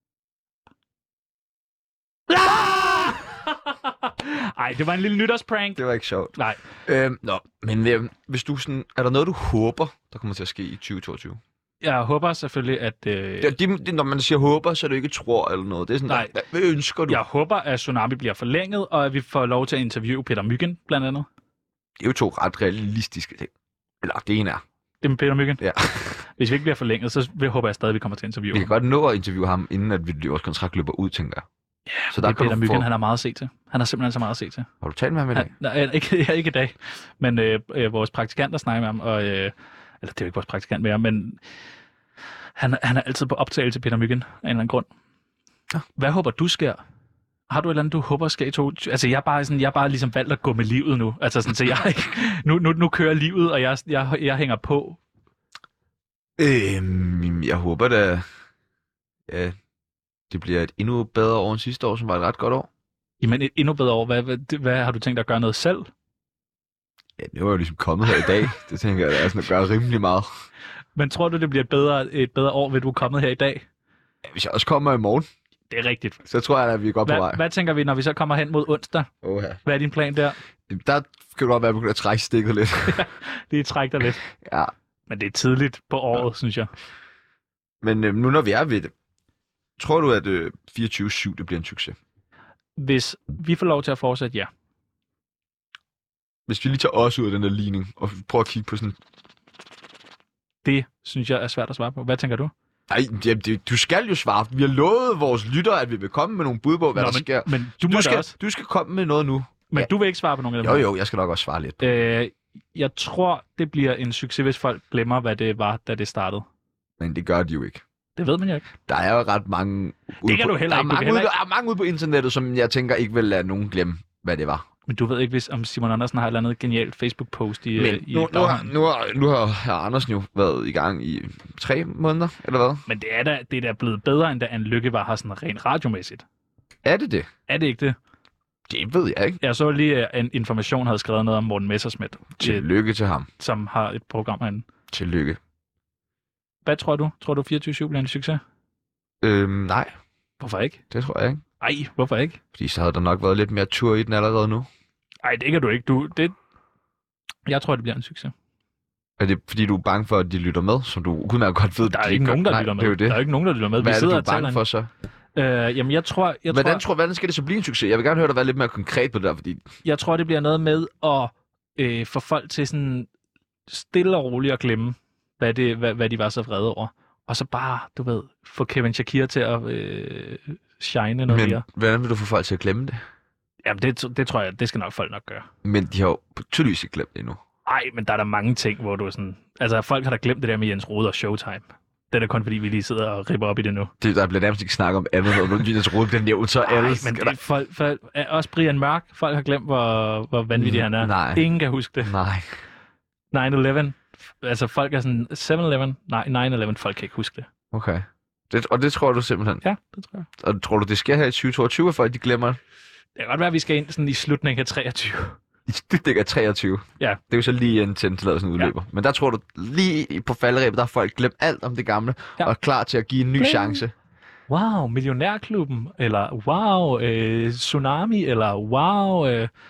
Ej, det var en lille nytårsprank. Det var ikke sjovt. Nej. Men hvis du sådan, er der noget, du håber, der kommer til at ske i 2022? Jeg håber selvfølgelig, at... Når man siger håber, så er det ikke tror eller noget. Det er sådan, nej. Hvad ønsker du? Jeg håber, at Tsunami bliver forlænget, og at vi får lov til at interviewe Peter Myggen, blandt andet. Det er jo 2 ret realistiske ting. Eller det ene er. Det med Peter Myggen? Ja. Hvis vi ikke bliver forlænget, så håber jeg stadig, at vi kommer til at interviewe ham. Vi kan godt nå at interviewe ham, inden at vores kontrakt løber ud, tænker jeg. Ja, så der det er Peter Myggen, han har meget at se til. Han har simpelthen så meget at se til. Har du talt med ham i dag? Nej, ikke i dag. Men vores praktikant, der snakker med ham, og, eller det er jo ikke vores praktikant mere, men han er altid på optagelse, Peter Myggen, af en eller anden grund. Hvad håber du sker? Har du et eller andet, du håber sker i 2020? Altså, jeg er bare ligesom valgt at gå med livet nu. Altså, sådan, så jeg nu kører livet, og jeg hænger på. Jeg håber da, ja, det bliver et endnu bedre år end sidste år, som var et ret godt år. Jamen, et endnu bedre år. Hvad har du tænkt dig at gøre noget selv? Ja, det var jo ligesom kommet her i dag. Det tænker jeg, at gøre rimelig meget. Men tror du, det bliver et bedre år, ved du er kommet her i dag? Ja, hvis jeg også kommer i morgen, Det er rigtigt. så tror jeg, at vi er godt på vej. Hvad tænker vi, når vi så kommer hen mod onsdag? Hvad er din plan der? Der kan du godt være, at vi kan trække stikket lidt. Det trækker dig lidt. Ja. Men det er tidligt på året, synes jeg. Men nu når vi er ved det, tror du, at 24/7 det bliver en succes? Hvis vi får lov til at fortsætte, ja. Hvis vi lige tager os ud af den der ligning, og prøver at kigge på sådan... Det synes jeg er svært at svare på. Hvad tænker du? Nej, du skal jo svare. Vi har lovet vores lyttere, at vi vil komme med nogle bud på, hvad der sker. Men Du skal komme med noget nu. Men du vil ikke svare på nogen af dem? Jo, jeg skal nok også svare lidt. Jeg tror, det bliver en succes, hvis folk glemmer, hvad det var, da det startede. Men det gør de jo ikke. Det ved man jo ikke. Der er jo ret mange... Det kan du heller ikke. Der er mange ude på internettet, som jeg tænker ikke vil lade nogen glemme, hvad det var. Men du ved ikke, om Simon Andersen har et eller andet genialt Facebook-post i... Nu har Andersen jo været i gang i 3 måneder, eller hvad? Men det er da blevet bedre, end da Anne Lykke var her sådan rent radiomæssigt. Er det det? Er det ikke det? Det ved jeg ikke. Jeg så lige, en Information havde skrevet noget om Morten Messerschmidt. Tillykke til ham. Som har et program herinde. Tillykke. Hvad tror du? Tror du 24/7 bliver en succes? Nej. Hvorfor ikke? Det tror jeg ikke. Ej, hvorfor ikke? Fordi så havde der nok været lidt mere tur i den allerede nu. Ej, det kan du ikke. Jeg tror, det bliver en succes. Er det fordi, du er bange for, at de lytter med, som du udmærket godt ved? Der er ikke nogen, der lytter med. Der er ikke nogen, der lytter med. Hvad er det, du er bange for så? Jamen, jeg tror... Hvordan skal det så blive en succes? Jeg vil gerne høre dig være lidt mere konkret på det der, fordi... Jeg tror, det bliver noget med at få folk til sådan stille og roligt at glemme, hvad de var så vrede over. Og så bare, du ved, få Kevin Shakir til at shine noget mere. Men hvordan vil du få folk til at glemme det? Jamen, det tror jeg, det skal folk nok gøre. Men de har jo tydeligvis ikke glemt det endnu. Nej, men der er der mange ting, hvor du er sådan... Altså, folk har da glemt det der med Jens Rohde og Showtime. Det er da kun fordi, vi lige sidder og ripper op i det nu. Der bliver nærmest ikke snakket om andet, og Jens Rohde bliver nævnt, så alle... Nej, men det folk, også Brian Mørk, folk har glemt, hvor vanvittig han er. Nej. Ingen kan huske det. Nej. 9/11. Altså, folk er sådan... 7/11. Nej, 9/11. Folk kan ikke huske det. Okay. Det tror du simpelthen? Ja, det tror jeg. Og tror du, det sker her i 2022, at folk de glemmer det? Det kan godt være, at vi skal ind sådan i slutningen af 23. I slutningen af 23? Ja. Det er jo så lige indtil tilladelsen udløber. Ja. Men der tror du, lige på falderæbet, der har folk glemt alt om det gamle, og er klar til at give en ny chance. Wow, Millionærklubben, eller wow, Tsunami, eller wow,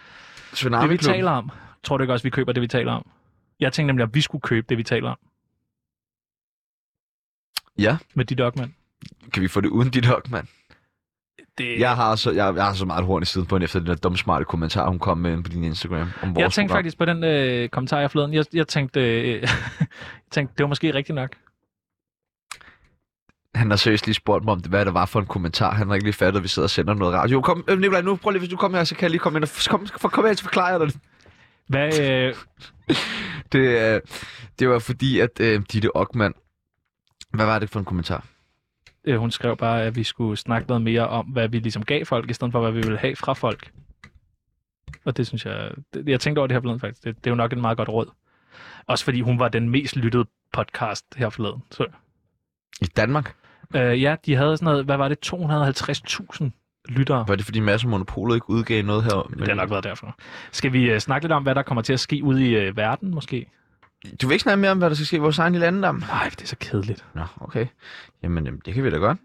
det vi taler om. Tror du ikke også, vi køber det, vi taler om? Jeg tænkte nemlig, at vi skulle købe det, vi taler om. Ja. Med dit dogmand. Kan vi få det uden dit dogmand? Jeg har så meget horn i siden på hende, efter den der dumsmarte kommentar, hun kom med på din Instagram. Om jeg tænkte faktisk på den kommentar, jeg forleden. Jeg tænkte, det var måske rigtigt nok. Han har seriøst lige spurgt mig om, hvad det var for en kommentar. Han har ikke lige fattet, at vi sidder og sender noget radio. Kom, Nikolaj, nu prøv lige, hvis du kommer her, så kan jeg lige komme ind og kom her, så forklarer jeg dig. Hvad? Det var fordi, at Ditte Okman... Hvad var det for en kommentar? Hun skrev bare, at vi skulle snakke noget mere om, hvad vi ligesom gav folk, i stedet for, hvad vi ville have fra folk. Og det synes jeg... Jeg tænkte over det her forleden, faktisk. Det er jo nok en meget godt råd. Også fordi hun var den mest lyttede podcast her forleden. Så. I Danmark? Ja, de havde sådan noget... Hvad var det? 250.000 lyttere. Var det fordi Mads og Monopolet ikke udgav noget her? Det har nok været derfor. Skal vi snakke lidt om, hvad der kommer til at ske ude i verden, måske? Du vil ikke snakke mere om, hvad der skal ske i vores egen lille andendam? Nej, det er så kedeligt. Nå, okay. Jamen, det kan vi da godt.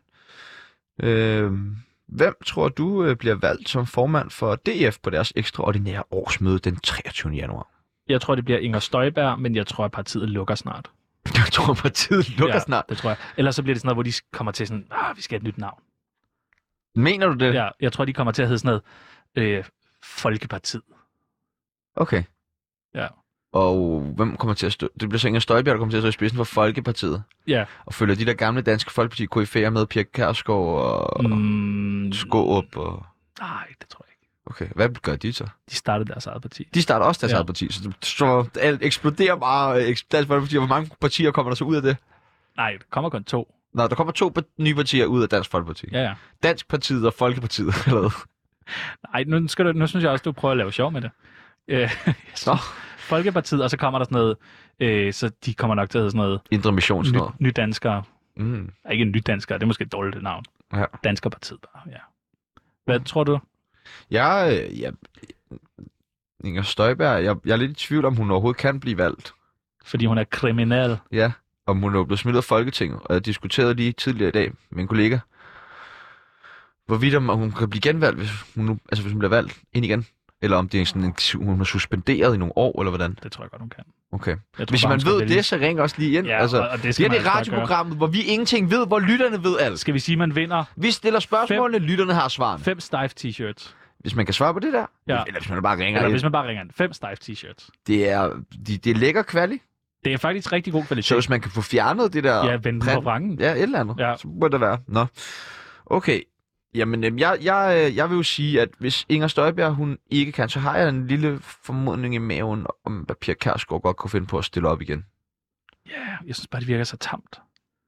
Hvem tror du bliver valgt som formand for DF på deres ekstraordinære årsmøde den 23. januar? Jeg tror, det bliver Inger Støjberg, men jeg tror, at partiet lukker snart. Jeg tror, partiet lukker snart? Det tror jeg. Ellers så bliver det sådan noget, hvor de kommer til sådan, vi skal have et nyt navn. Mener du det? Ja, jeg tror, de kommer til at hedde sådan noget Folkepartiet. Okay. Ja. Og hvem kommer til at stå? Det bliver så Inger Støjberg, der kommer til at stå i spidsen for Folkepartiet. Ja. Og følger de der gamle danske Folkeparti-KF'er med, Pia Kjærsgaard og Skårup og... Nej, det tror jeg ikke. Okay, hvad gør de så? De startede deres eget parti. De starter også deres eget parti, så alt eksploderer bare Dansk Folkeparti. Hvor mange partier kommer der så ud af det? Nej, det kommer kun 2. Nå, der kommer 2 nye partier ud af Dansk Folkeparti. Ja. Dansk Partiet og Folkepartiet, eller hvad? Nej, nu synes jeg også, du prøver at lave sjov med det. Nå. Folkepartiet, og så kommer der sådan noget, så de kommer nok til at hedde sådan noget... Indre Mission, sådan noget. Nydanskere. Mm. Ikke en nydanskere, det er måske et dårligt navn. Ja. Danskerpartiet bare, ja. Hvad tror du? Inger Støjberg, jeg er lidt i tvivl, om hun overhovedet kan blive valgt. Fordi hun er kriminel. Ja, om hun er blevet smidt af Folketinget. Og jeg diskuterede lige tidligere i dag med en kollega, hvorvidt om hun kan blive genvalgt, hvis hun bliver valgt ind igen. Eller om det er sådan hun er suspenderet i nogle år, eller hvordan? Det tror jeg godt, hun kan. Okay. Hvis man ved det, så ring også lige ind. Ja, og det skal det er radioprogrammet, hvor vi ingenting ved, hvor lytterne ved alt. Skal vi sige, at man vinder? Vi stiller spørgsmålene, lytterne har svarene. 5 Steiff t-shirts. Hvis man kan svare på det der. Ja. Eller hvis man bare ringer Eller hvis man bare ringer ind. 5 Steiff t-shirts. Det er lækker kvalitet. Det er faktisk rigtig god kvalitet. Så hvis man kan få fjernet det der... Ja, vende på vrangen. Ja, et eller andet. Ja. Så må det være. Nå. Okay. Jamen, jeg vil jo sige, at hvis Inger Støjberg, hun ikke kan, så har jeg en lille formodning i maven, om at Pia Kjærsgaard godt kunne finde på at stille op igen. Ja, jeg synes bare, det virker så tamt.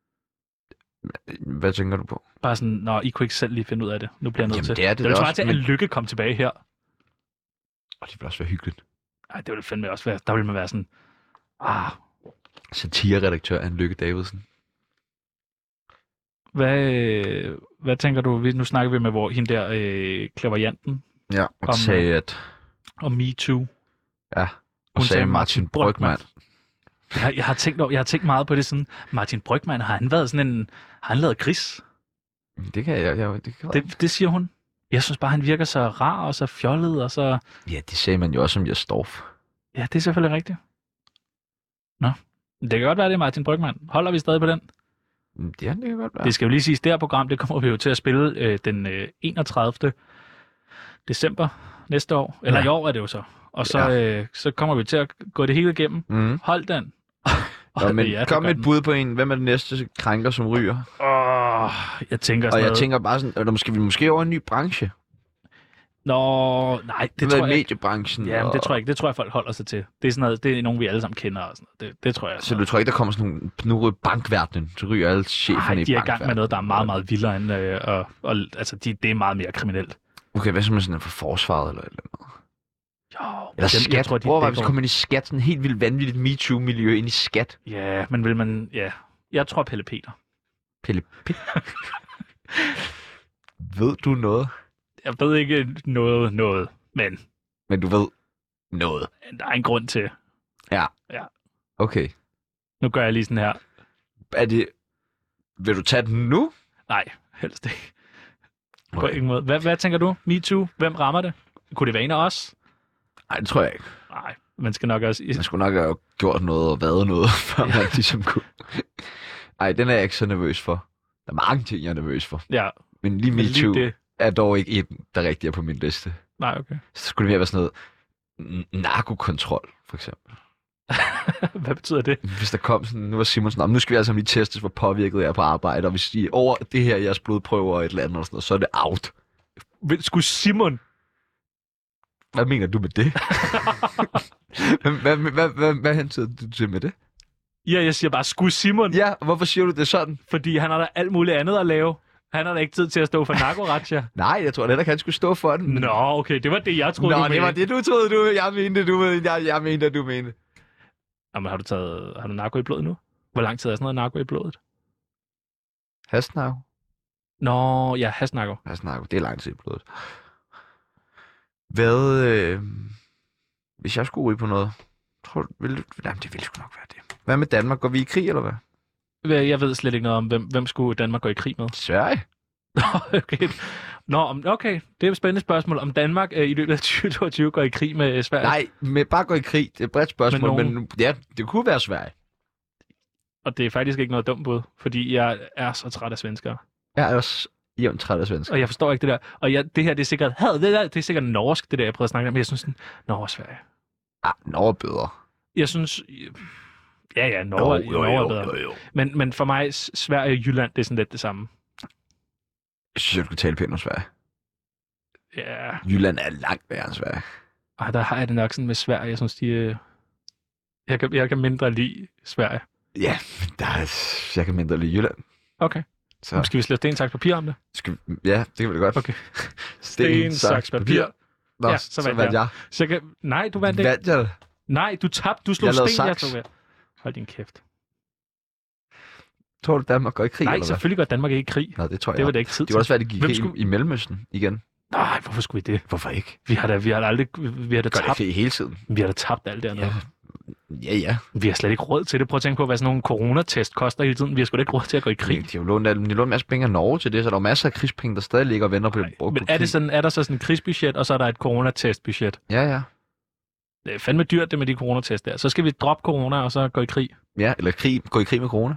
Hvad tænker du på? Bare sådan, I kunne ikke selv lige finde ud af det. Nu bliver jeg nødt til. Det er det det vil også, bare til, at Lykke kom tilbage her. Og det vil også være hyggeligt. Nej, det ville fandme også være. Der ville man være sådan, Satire-redaktør Anne Lykke Davidsen. Hvad tænker du? Nu snakker vi med hende der, klaverjanten. Ja, og sagde, at... Og MeToo. Ja, og sagde Martin Brygmann. Jeg har tænkt meget på det sådan. Martin Brygmann, har han været sådan en... Har han lavet gris? Det kan jeg. Det siger hun. Jeg synes bare, han virker så rar og så fjollet og så... Ja, det sagde man jo også om Jes Dorf. Ja, det er selvfølgelig rigtigt. Nå, det kan godt være, det er Martin Brygmann. Holder vi stadig på den? Ja, det kan godt være. Det skal jo lige siges, det her program, det kommer vi jo til at spille den 31. december næste år. Eller i år er det jo så. Og så, så kommer vi til at gå det hele igennem. Mm. Hold den. Kom med et bud på en. Hvem er den næste krænker, som ryger? Jeg tænker sådan tænker bare sådan, eller måske over en ny branche. Nå, nej, det tror jeg ikke. Mediebranchen. Ja, men det tror jeg ikke. Det tror jeg, folk holder sig til. Det er sådan noget, det er nogen, vi alle sammen kender. Og sådan noget. Det tror jeg. Så du tror ikke, der kommer sådan nogle... Nu ryger bankverdenen. Så ryger alle cheferne i bankverdenen. De er i gang med noget, der er meget, meget vildere end... altså, det er meget mere kriminelt. Okay, hvad så med sådan for forsvaret eller noget? Jo, eller skat. Jeg tror, hvis kommer ind i skat, sådan en helt vildt vanvittigt MeToo-miljø ind i skat. Ja, men vil man... Ja, jeg tror Pelle Peter. Pelle Peter? Ved du noget? Jeg ved ikke noget, men... Men du ved noget? Der er en grund til. Ja. Okay. Nu gør jeg lige sådan her. Er det... Vil du tage den nu? Nej, helst ikke. På ingen måde. Hvad tænker du? MeToo? Hvem rammer det? Kunne det være en af os? Nej, det tror jeg ikke. Nej, man skal nok også... Man skulle nok have gjort noget og været noget, før man ligesom kunne... Ej, den er jeg ikke så nervøs for. Der er mange ting, jeg er nervøs for. Ja. Men lige MeToo er dog ikke en, der rigtig er på min liste. Nej, okay. Så skulle det mere være sådan noget narkokontrol, for eksempel. Hvad betyder det? Hvis der kom sådan, nu var Simon sådan, nu skal vi altså lige testes, hvor påvirket jeg er på arbejde, og hvis I over det her, jeres blodprøver og et eller andet, og sådan noget, så er det out. Skulle Simon? Hvad mener du med det? Hvad hentede du til med det? Ja, jeg siger bare, skulle Simon? Ja, hvorfor siger du det sådan? Fordi han har da alt muligt andet at lave. Han har da ikke tid til at stå for narkorazzia. Nej, jeg tror heller ikke, han skulle stå for den. Nå, okay, det var det, jeg troede, du mente. Det var det, du troede, jeg mente, at du mente. Jamen, har du narko i blodet nu? Hvor lang tid er sådan noget narko i blodet? Hasnarko? Nå, ja, hasnarko. Hasnarko, det er lang tid i blodet. Hvad, hvis jeg skulle ryge på noget, tror du, jamen, det ville sgu nok være det. Hvad med Danmark? Går vi i krig, eller hvad? Jeg ved slet ikke noget om, hvem skulle Danmark gå i krig med. Sverige? Okay. Nå, okay. Det er et spændende spørgsmål. Om Danmark i løbet af 2022 går i krig med Sverige? Nej, men bare gå i krig. Det er et bredt spørgsmål, men ja, det kunne være Sverige. Og det er faktisk ikke noget dumt bud, fordi jeg er så træt af svenskere. Jeg er også jævnt træt af svenskere. Og jeg forstår ikke det der. Og det her, det er sikkert norsk, det der, jeg prøvede at snakke om. Men jeg synes, Norge og Sverige. Norge er bedre. Jeg synes... Ja, Norge er bedre. Jo. Men for mig, Sverige og Jylland, det er sådan lidt det samme. Jeg synes, jeg skulle tale pænt om Sverige. Ja. Jylland er langt værre end Sverige. Ej, der har jeg det nok sådan med Sverige. Jeg synes, jeg kan mindre lide Sverige. Ja, jeg kan mindre lide Jylland. Okay. Så Skal vi slå sten, saks, papir om det? ja, det kan vi da godt. Okay. Sten, saks, papir. Nå, Ja, så vandt jeg. Så nej, du vandt ikke. Vandt jeg? Nej, du tabte. Du slog Jeg lavede sten, jeg saks. slog ved. Hold din kæft. Tror du, Danmark går i krig, Nej, eller hvad? selvfølgelig går Danmark ikke i krig. Nå, det tror jeg. Det var det ikke tid Det var også være, det gik Hvem i krig skulle- i Mellemøsten igen. Nej, hvorfor skulle vi det? Hvorfor ikke? Vi har da aldrig... Vi har da Gør det tabt. krig hele tiden. Vi har da tabt alt dernede. Ja. Vi har slet ikke råd til det. Prøv at tænke på, hvad sådan nogle coronatest koster hele tiden. Vi har sgu da ikke råd til at gå i krig. De har jo lånt en masse penge af Norge til det, så der er masser af krigspenge, der stadig ligger og venter på det. Men er der så sådan et krigsbudget, og så er der et coronatestbudget? Ja. Det er fandme dyrt, det med de coronatest der. Så skal vi droppe corona, og så gå i krig. Ja, eller gå i krig med corona.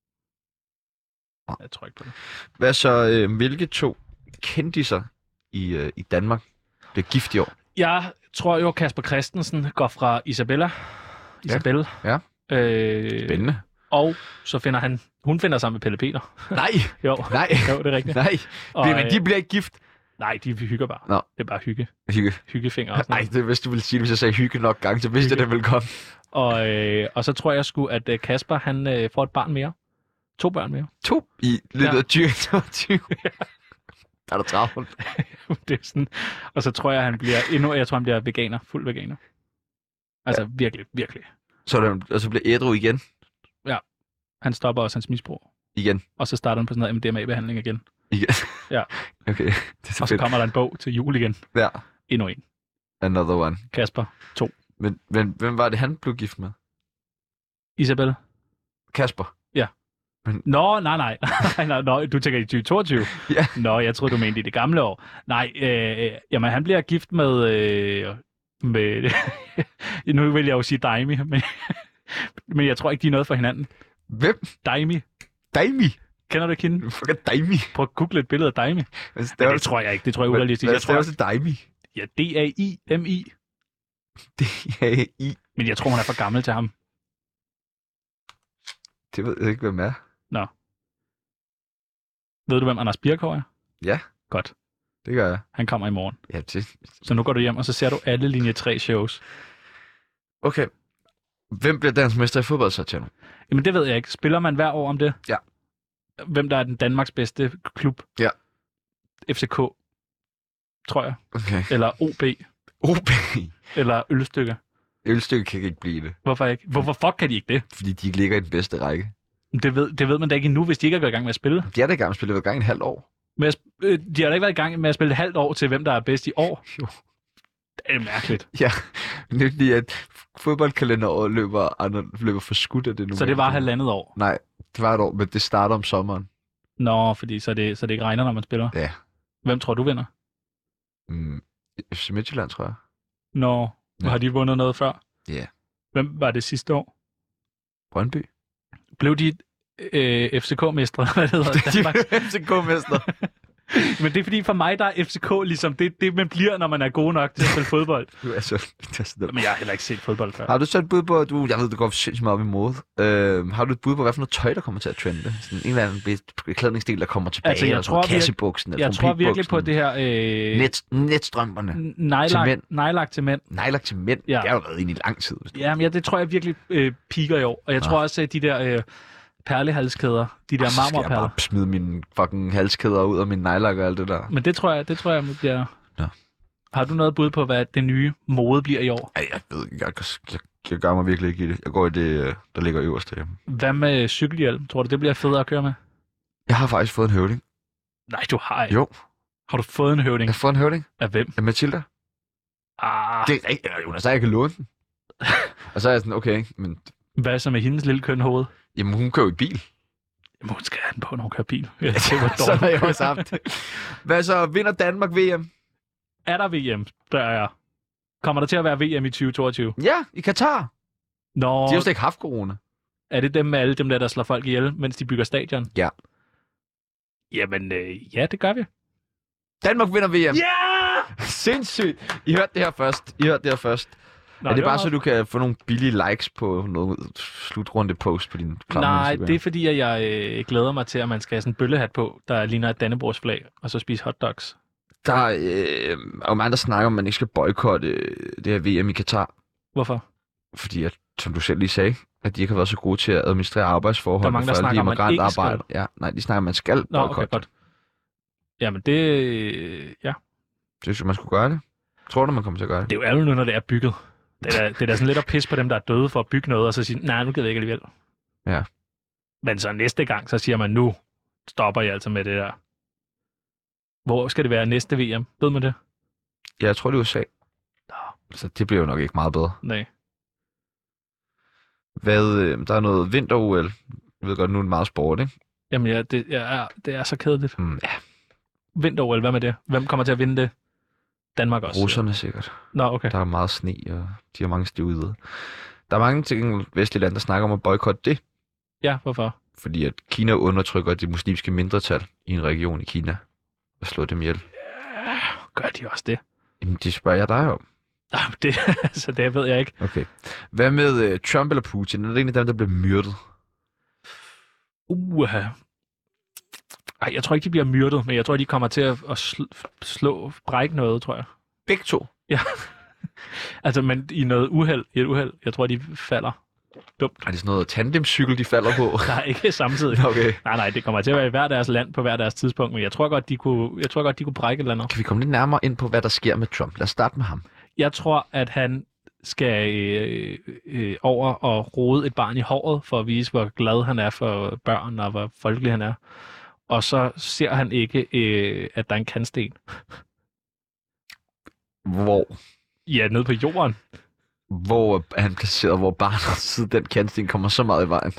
Jeg tror ikke på det. Hvad så, hvilke 2 kendiser i Danmark bliver gift i år? Jeg tror jo, Kasper Christensen går fra Isabelle. Ja. Spændende. Og så finder hun finder sammen med Pelle Peter. Nej, Jo, nej, det er rigtigt. nej. Og, Men de bliver ikke gift. Nej, de hygger bare. Nå. Det er bare hygge. Hygge. Hyggefinger og sådan Nej, noget. det hvis du ville sige det, hvis jeg sagde hygge nok gange, så vidste jeg, det ville komme. Og så tror jeg sgu, at Kasper han får et barn mere. 2 børn mere. 2 i løbet af 2022. Er der travlt? Det er sådan. Og så tror jeg, han bliver veganer. Fuld veganer. Altså virkelig, virkelig. Så bliver ædru igen. Han stopper også hans misbrug. Igen. Og så starter han på sådan noget MDMA-behandling igen. Ja. Okay, det er så Og så fedt. kommer der en bog til jul igen. Ja, Endnu en. another one. Kasper. 2. Men hvem var det, han blev gift med? Isabel. Kasper. Nå, nej. Nå, du tænker i 2022? Ja. Nå, jeg troede, du mente i det gamle år. Nej, jamen han bliver gift med nu vil jeg jo sige Daimi, men jeg tror ikke, de er noget for hinanden. Hvem? Daimi. Daimi. Kender du ikke hende? Fuck er Daimi. Prøv at google et billede af Daimi. Men Det tror jeg ikke. Det tror jeg er urealistisk. Hvad Jeg tror, staver til Daimi? ja, D-A-I-M-I. D-A-I. Men jeg tror, hun er for gammel til ham. Det ved jeg ikke, hvem er. Ved du, hvem Anders Birkov er? Ja. Godt. Det gør jeg. Han kommer i morgen. Ja, det. Så nu går du hjem, og så ser du alle linje 3 shows. Okay. Hvem bliver dansk mester i fodbold så, Tjerno? Jamen, det ved jeg ikke. Spiller man hver år om det? Ja. Hvem der er den Danmarks bedste klub? Ja. FCK, tror jeg. Okay. Eller OB. OB. Eller Ølstykke. Ølstykke kan ikke blive det, Hvorfor ikke? Hvorfor fuck kan de ikke det? fordi de ikke ligger i den bedste række. Det ved man da ikke endnu, hvis de ikke er gået i gang med at spille. De er da i gang med at spille i gang i et halvt år. De har da ikke været i gang med at spille et halvt år til, hvem der er bedst i år. Jo. Det er mærkeligt. Ja, det er fordi, at fodboldkalenderåret løber for skudt af det nu. Så det var 1,5 år. Nej, det var et år, men det starter om sommeren. Nå, fordi så det ikke regner, når man spiller. Ja. Hvem tror du vinder? FC Midtjylland, tror jeg. Nå, Ja. har de vundet noget før? Ja. Hvem var det sidste år? Brøndby. Blev de FCK-mestre? Hvad det hedder? Danmarks? FCK-mester. Men det er fordi, for mig, der er FCK ligesom det man bliver, når man er god nok til at spille fodbold. Men jeg har heller ikke set fodbold før. Har du så et bud på, jeg ved, du går sindssygt meget op i mode. Har du et bud på, hvad for noget tøj, der kommer til at trende? Sådan en eller anden beklædningsdel, der kommer tilbage, Altså, jeg eller tror kassebuksen, eller Jeg tror virkelig på trompetbuksen. det her... Netstrømperne. Nejlagt til mænd. Nejlagt til mænd. Ja. Det har jo været inde i lang tid. Jamen, det tror jeg virkelig piker i år. Og jeg tror også, at de der perlehalskæder, de der Så skal jeg marmorperler. bare smide mine fucking halskæder ud, og min nejlak og alt det der. Men det tror jeg bliver... Ja. Har du noget bud på, hvad det nye mode bliver i år? Ej, jeg ved ikke, jeg gør mig virkelig ikke i det. Jeg går i det, der ligger øverst hjemme. Hvad med cykelhjelm? Tror du, det bliver federe at køre med? Jeg har faktisk fået en høvding. Nej, du har ikke. Jo, Har du fået en høvding? jeg har fået en høvding Af hvem? af Mathilda. Ah, Det er ikke, Jonas, så jeg kan låne den. Og så er jeg sådan, okay, men hvad så med hendes lille køn hoved? jamen, hun kører i bil. Jamen, hun skal have den på, når hun kører bil. Ja, det var Så har dårligt. jeg også haft det. Hvad så, vinder Danmark VM? Er der VM? Der er jeg. Kommer der til at være VM i 2022? Ja, i Katar. Nå, De har jo slet ikke haft corona. er det dem med alle dem der slår folk ihjel, mens de bygger stadion? Ja. Jamen, ja, det gør vi. Danmark vinder VM. Ja! Sindssygt. I hørte det her først. Nå, Er det bare var så, du kan få nogle billige likes på noget slutrunde post på din Nej, det er fordi, at jeg glæder mig til, at man skal have sådan en bøllehat på, der ligner et Danneborgsflag, og så spise hotdogs. Der er jo mange, der snakker om, at man ikke skal boykotte det her VM i Katar. Hvorfor? Fordi, at, som du selv lige sagde, at de ikke har været så gode til at administrere arbejdsforhold. Der er mange, der snakker om, at man ikke skal. Ja, nej, de snakker om, at man skal boykotte. Okay, godt. Jamen det... Ja. Synes du, man skulle gøre det? Tror du, man kommer til at gøre det? Det er jo ærgerligt nu, når det er bygget. Det er da sådan lidt at pisse på dem, der er døde for at bygge noget, og så sige, nej, nu gider jeg ikke alligevel. Ja. Men så næste gang, så siger man, nu stopper jeg altså med det der. Hvor skal det være næste VM? Ved man det? Ja, jeg tror, det er USA. Så det bliver jo nok ikke meget bedre. Nej. Der er noget vinter-OL. Jeg ved godt, nu er det meget sport, ikke? Jamen ja, det er så kedeligt. Ja. Vinter-OL, hvad med det? Hvem kommer til at vinde det? Danmark også. Russerne sikkert. Nå, okay. Der er meget sne, og de har mange stivheder. Der er mange ting vestlige lande, der snakker om at boykotte det. Ja, hvorfor? Fordi at Kina undertrykker det muslimske mindretal i en region i Kina. Og slår dem ihjel. Ja, gør de også det? Jamen, det spørger jeg dig om. Jamen, så det ved jeg ikke. Okay. Hvad med Trump eller Putin? Er det en af dem, der bliver myrdet? Ej, jeg tror ikke, de bliver myrdet, men jeg tror, de kommer til at brække noget, tror jeg. Begge to? Ja. Altså, men i et uheld. Jeg tror, de falder. Dumt. Er det sådan noget tandemcykel, de falder på? Nej, ikke samtidig. Okay. Nej, det kommer til at være i hver deres land på hver deres tidspunkt, men jeg tror godt, de kunne brække et eller andet. Kan vi komme lidt nærmere ind på, hvad der sker med Trump? Lad os starte med ham. Jeg tror, at han skal over og rode et barn i håret, for at vise, hvor glad han er for børn, og hvor folkelig han er. Og så ser han ikke, at der er en kantsten. Hvor? Ja, nede på jorden. Hvor er han placeret, hvor barnet siden den kantsten kommer så meget i vejen?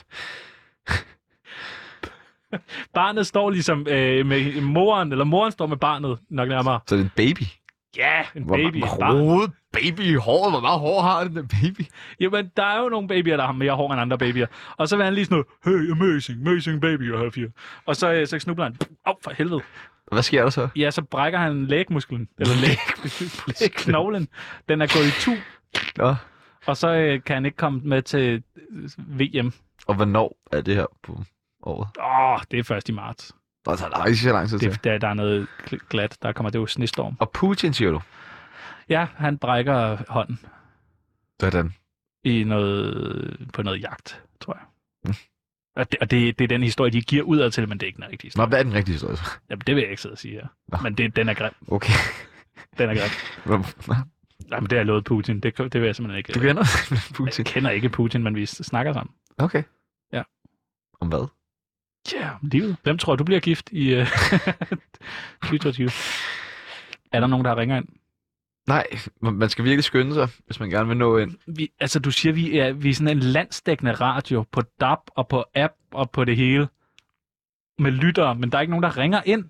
Barnet står ligesom med moren, eller moren står med barnet nok nærmere. Så det er en baby? Ja, en baby. Hvor baby i håret? Hvor meget hår har den baby? Jamen, der er jo nogle babyer, der har mere hår end andre babyer. Og så vil han lige sådan noget, hey, amazing baby, jeg har 4. Og så knubler han, for helvede. Hvad sker der så? Ja, så brækker han lægmusklen, eller lægknoglen. Den er gået i tu. Ja. Og så kan han ikke komme med til VM. Og hvornår er det her på året? Det er først i marts. Der er ikke så lang tid til. Der er noget glat, der kommer det jo snestorm. Og Putin, siger du? Ja, han brækker hånden. Hvordan? På noget jagt, tror jeg. Og det er den historie, de giver udad til, men det er ikke den rigtige historie. Nå, hvad er den rigtige historie så? Jamen, det vil jeg ikke sidde og sige her. Men den er grim. Okay. Den er grim. Jamen, det har jeg lovet Putin. Det vil jeg simpelthen ikke. Du kender Putin? Jeg kender ikke Putin, men vi snakker sammen. Okay. Ja. Om hvad? Ja, livet. Hvem tror du bliver gift i 2022? Er der nogen, der ringer ind? Nej, man skal virkelig skynde sig, hvis man gerne vil nå ind. Du siger, vi er sådan en landsdækkende radio på DAB og på app og på det hele. Med lyttere, men der er ikke nogen, der ringer ind.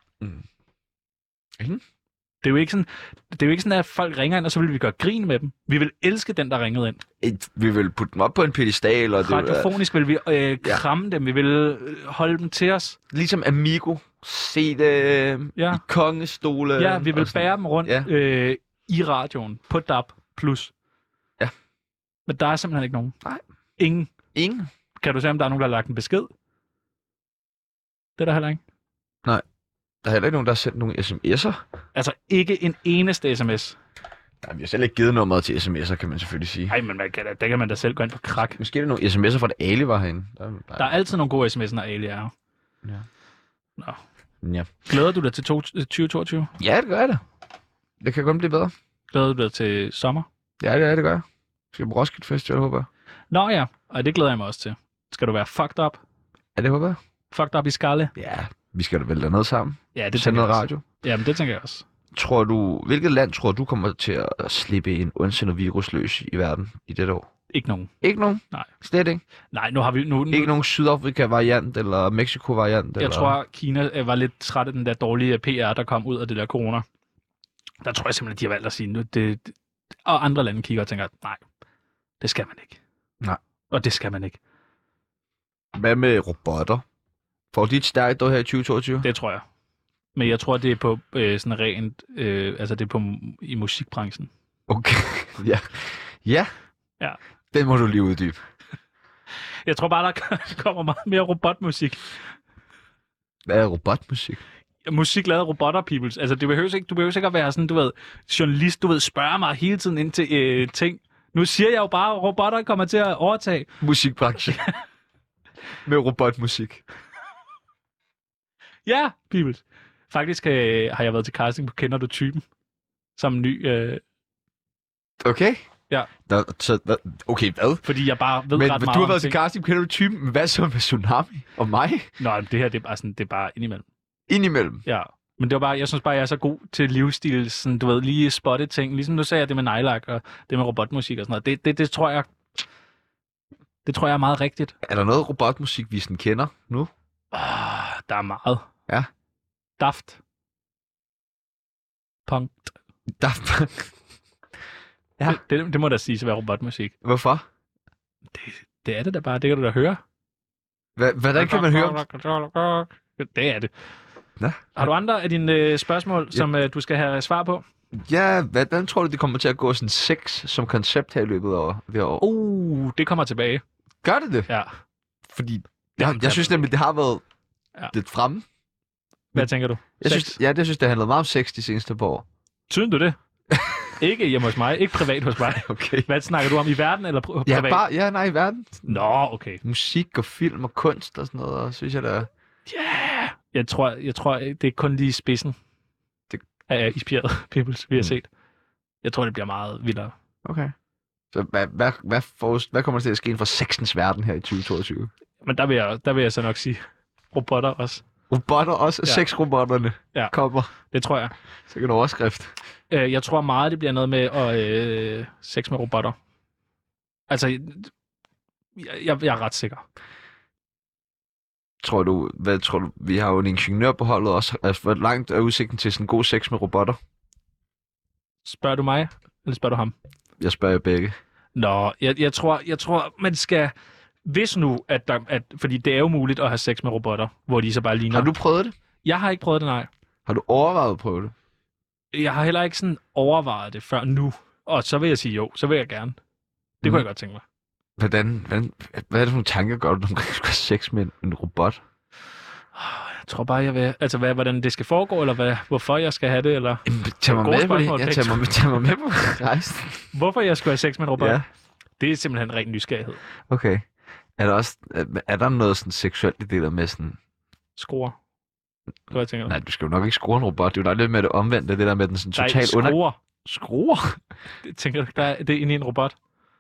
Det er jo ikke sådan, at folk ringer ind, og så vil vi gøre grin med dem. Vi vil elske den, der ringede ind. Vi vil putte dem op på en pedestal. Og radiofonisk vil vi kramme dem. Vi vil holde dem til os. Ligesom Amigo. Se det i kongestole. Ja, vi vil bære dem rundt i radioen på DAB+. Ja. Men der er simpelthen ikke nogen. Nej. Ingen? Kan du se, om der er nogen, der har lagt en besked? Det er der heller ikke. Nej. Der er heller ikke nogen, der har sendt nogle sms'er. Altså ikke en eneste sms. Nej, vi har selv ikke givet nummeret til sms'er, kan man selvfølgelig sige. Nej, men der kan man da selv gå ind på krak. Måske er det nogle sms'er fra, da Ali var herinde. Der er altid nogle gode sms'er, når Ali er her. Ja. Nå. Ja. Glæder du dig til 2022? Ja, det gør jeg da. Det kan kun blive bedre. Glæder du dig til sommer? Ja, det gør jeg. Skal på Roskilde Festival, håber jeg. Nå ja, og det glæder jeg mig også til. Skal du være fucked up? Ja, det håber jeg. Fucked up i skalle? Ja, vi skal da vel noget sammen. Ja, det tænker jeg noget radio. Jamen, det tænker jeg også. Hvilket land tror du kommer til at slippe en ondsindet virus løs i verden i dette år? Ikke nogen. Ikke nogen? Nej. Slet ikke? Nej, nu har vi... Ikke nogen Sydafrika-variant eller Mexico-variant? Jeg tror, Kina var lidt træt af den der dårlige PR, der kom ud af det der corona. Der tror jeg simpelthen, de har valgt at sige, og andre lande kigger og tænker, nej, det skal man ikke. Nej. Og det skal man ikke. Hvad med robotter? Får de et stærkt år her i 2022? Det tror jeg. Men jeg tror, det er på sådan rent... altså, det er i musikbranchen. Okay, ja. Ja? Ja. Den må du lige uddybe. Jeg tror bare, der kommer meget mere robotmusik. Hvad er robotmusik? Musik lavet af robotter, peoples. Altså, du behøver ikke at være sådan, journalist, spørger mig hele tiden ind til ting. Nu siger jeg jo bare, at robotter kommer til at overtage. Musikbranchen. Med robotmusik. Ja, Pibels. Faktisk har jeg været til casting på Kender du typen? Som ny... Okay. Ja. Okay, hvad? Fordi jeg bare ved Men ret meget du har om været til ting. casting, kender du typen? Men hvad så med Tsunami og mig? Nå, det her, det er bare sådan, det er bare indimellem. Indimellem. Ja. Men det var bare, jeg synes bare, jeg er så god til livsstil, sådan, du ved, lige spotte ting. Ligesom du sagde, det med nejlak og det med robotmusik og sådan noget. Det tror jeg... Det tror jeg er meget rigtigt. Er der noget robotmusik, vi sådan kender nu? Der er meget. Ja. Daft. Punk. Daft Punk. Ja. Det må da siges at være robotmusik. Hvorfor? Det er det da bare, det kan du da høre. Hvordan kan man høre? Det er det. Nå. Har du andre af dine spørgsmål, som du skal have svar på? Ja, hvordan tror du, det kommer til at gå sådan sex som koncept her i løbet af det her år? Det kommer tilbage. Gør det? Ja. Fordi jeg synes nemlig, det har været lidt fremme. Hvad tænker du? Jeg synes, det handlede meget om sex de seneste par år. Synes du det? Ikke hjemme hos mig, ikke privat hos mig. Okay. Hvad snakker du om, i verden eller privat? I verden. Nå, okay. Musik og film og kunst og sådan noget, og synes jeg, der er... Ja! Jeg tror, det er kun lige spidsen af isbjerget, Peoples, vi har set. Jeg tror, det bliver meget vildere. Okay. Så hvad kommer der til at ske inden for sexens verden her i 2022? Men der vil jeg så nok sige robotter også. Robotter også? Ja. Sexrobotterne kommer? Det tror jeg. Så kan en overskrift. Jeg tror meget, det bliver noget med at sex med robotter. Altså, jeg er ret sikker. Hvad tror du? Vi har jo en ingeniør på holdet også. Altså, hvor langt er udsigten til sådan en god sex med robotter? Spørger du mig, eller spørger du ham? Jeg spørger begge. Nå, jeg tror, man skal... Hvis nu, fordi det er jo muligt at have sex med robotter, hvor de så bare ligner... Har du prøvet det? Jeg har ikke prøvet det, nej. Har du overvejet at prøve det? Jeg har heller ikke sådan overvejet det før nu. Og så vil jeg sige jo, så vil jeg gerne. Det kunne jeg godt tænke mig. Hvad er det for nogle tanker, gør du, når du skal have sex med en robot? Jeg tror bare, jeg vil... Altså, hvordan det skal foregå, eller hvorfor jeg skal have det, eller... Tag mig med på det. Ja, tag mig med på rejsen. Hvorfor jeg skal have sex med en robot? Ja. Det er simpelthen ren nysgerrighed. Okay. Er der noget sådan seksuelt i det der med sådan... Skruer. Hvad tænker du? Nej, du skal jo nok ikke skrue en robot. Det er jo nok lidt med det omvendte, det der med den sådan totalt skruer. Skruer? Tænker du, der er det inde i en robot?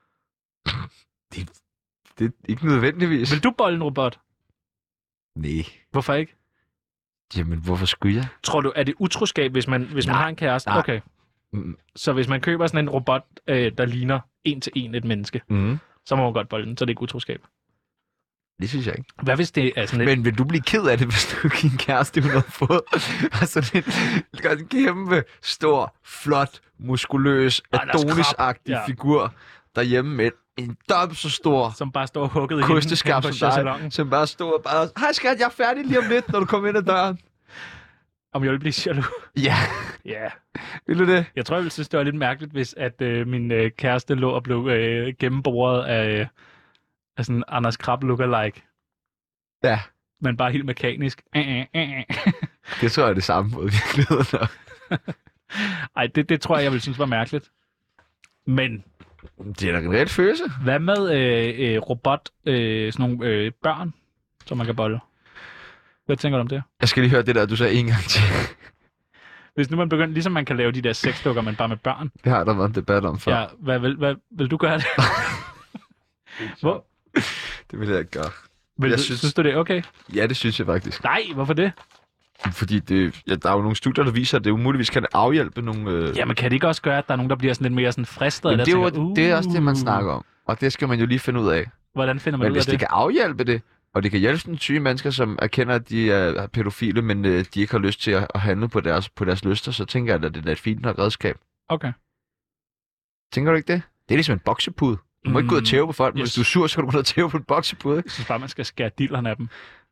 Det er ikke nødvendigvis. Vil du bolle en robot? Nej. Hvorfor ikke? Jamen, hvorfor skulle jeg? Tror du, er det utroskab, hvis man har en kæreste? Nej. Okay. Så hvis man køber sådan en robot, der ligner en til en et menneske, så må man godt bolle den, så det er ikke utroskab. Det synes jeg ikke. Hvad hvis det er sådan Men vil du blive ked af det, hvis du giver en kæreste, hun har fået sådan en kæmpe, stor, flot, muskuløs, Adonis-agtig figur derhjemme med en dobbelt så stor som bare står hugget i kosteskab som dig, som bare står og bare, hej skat, jeg er færdig lige om lidt, når du kommer ind ad døren. Om jeg vil blive jaloux? Ja. Ja. Vil du det? Jeg tror, jeg ville synes, det var lidt mærkeligt, hvis at min kæreste lå og blev gennemboret af sådan Anders Krab lookalike. Ja. Men bare helt mekanisk. Det tror jeg er det samme på virkeligheden. Ej, det tror jeg ville synes var mærkeligt. Men... Det er da en reel følelse. Hvad med robot, sådan nogle børn, som man kan bolle? Hvad tænker du om det? Jeg skal lige høre det der, du sagde en gang til. Hvis nu man begynder, ligesom man kan lave de der sexdukker, men bare med børn. Det har der været en debat om før. Ja, hvad vil du gøre det? Hvor? Det vil jeg ikke gøre. Synes du det er okay? Ja, det synes jeg faktisk. Nej, hvorfor det? Fordi der er jo nogle studier, der viser, at det muligvis kan afhjælpe nogle... Jamen kan det ikke også gøre, at der er nogen, der bliver sådan lidt mere sådan fristet? Jamen, det er også det, man snakker om. Og det skal man jo lige finde ud af. Hvordan finder man ud af det? Men hvis det kan afhjælpe det, og det kan hjælpe sådan syge mennesker, som erkender, at de er pædofile, men de ikke har lyst til at handle på deres lyster, så tænker jeg, at det er et fint nok redskab. Okay. Tænker du ikke det? Det er ligesom en boksepude. Du må ikke gå ud og tæve på folk, men hvis du er sur, så kan du gå ud og tæve på en boksepude. Jeg synes bare, man skal skære dillerne af dem.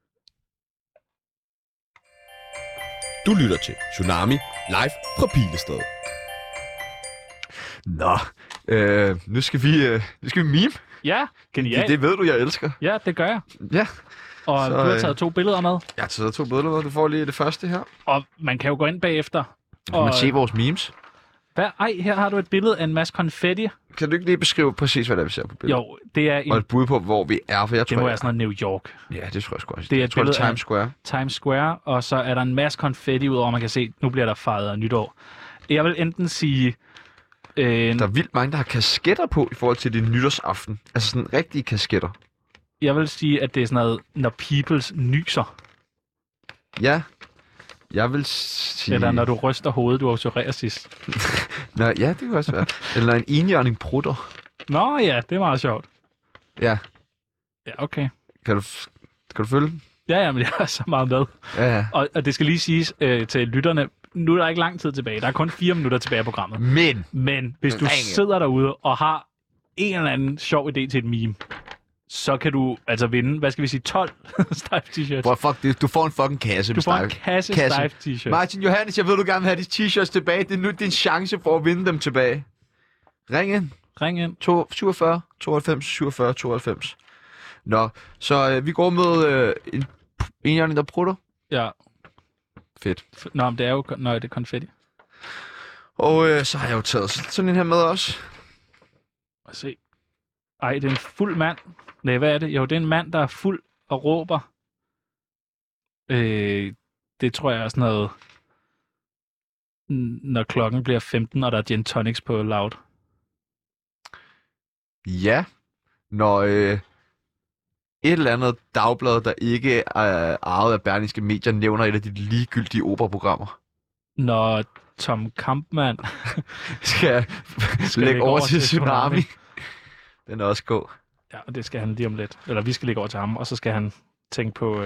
Du lytter til Tsunami live fra Pilestræde. Nå, nu skal vi meme. Ja, genialt. Det ved du, jeg elsker. Ja, det gør jeg. Ja. Og så, du har taget 2 billeder med. Jeg har taget 2 billeder med. Du får lige det første her. Og man kan jo gå ind bagefter. Kan man se vores memes? Her har du et billede af en masse konfetti. Kan du ikke lige beskrive præcis, hvad det er, vi ser på billedet? Jo, det er en... Og et bud på, hvor vi er, for jeg tror... Det må være sådan noget New York. Ja, det tror jeg sgu også. Det er jeg tror, det er Times Square. Times Square, og så er der en masse konfetti ud over, man kan se, nu bliver der fejret nytår. Jeg vil enten sige... Der er vildt mange, der har kasketter på i forhold til det nytårsaften. Altså sådan rigtige kasketter. Jeg vil sige, at det er sådan noget, når peoples nyser. Ja. Jeg vil sige... Eller når du ryster hovedet, du obturerer sidst. Nå, ja, det kan også være. Eller en enhjørning prutter. Nå ja, det er meget sjovt. Ja. Ja, okay. Kan du følge? Ja, men jeg er så meget med. Ja. Og det skal lige siges til lytterne, nu er der ikke lang tid tilbage. Der er kun 4 minutter tilbage af programmet. Men hvis du sidder derude og har en eller anden sjov idé til et meme, så kan du altså vinde, hvad skal vi sige, 12 Stejf t-shirts. Bro, fuck det. Du får en fucking kasse. Du får en kasse Stejf t-shirts. Martin Johannes, jeg ved, du gerne vil have de t-shirts tilbage. Det er nu din chance for at vinde dem tilbage. Ring ind. 47 92 47 92. Nå, så vi går med en enhjørning, der prutter. Ja. Fedt. Nå, men det er jo det er konfetti. Og så har jeg jo taget sådan en her med også. Lad os se. Ej, det er en fuld mand. Nej, hvad er det? Jo, det er en mand, der er fuld og råber. Det tror jeg er sådan noget, når klokken bliver 15, og der er gin tonics på loud. Ja, når et eller andet dagblad, der ikke er ejet af Berlingske Medier, nævner et af de ligegyldige operaprogrammer. Når Tom Kampmann skal lægge over til Tsunami. Den er også god. Ja, og det skal han lige om lidt. Eller vi skal lægge over til ham, og så skal han tænke på...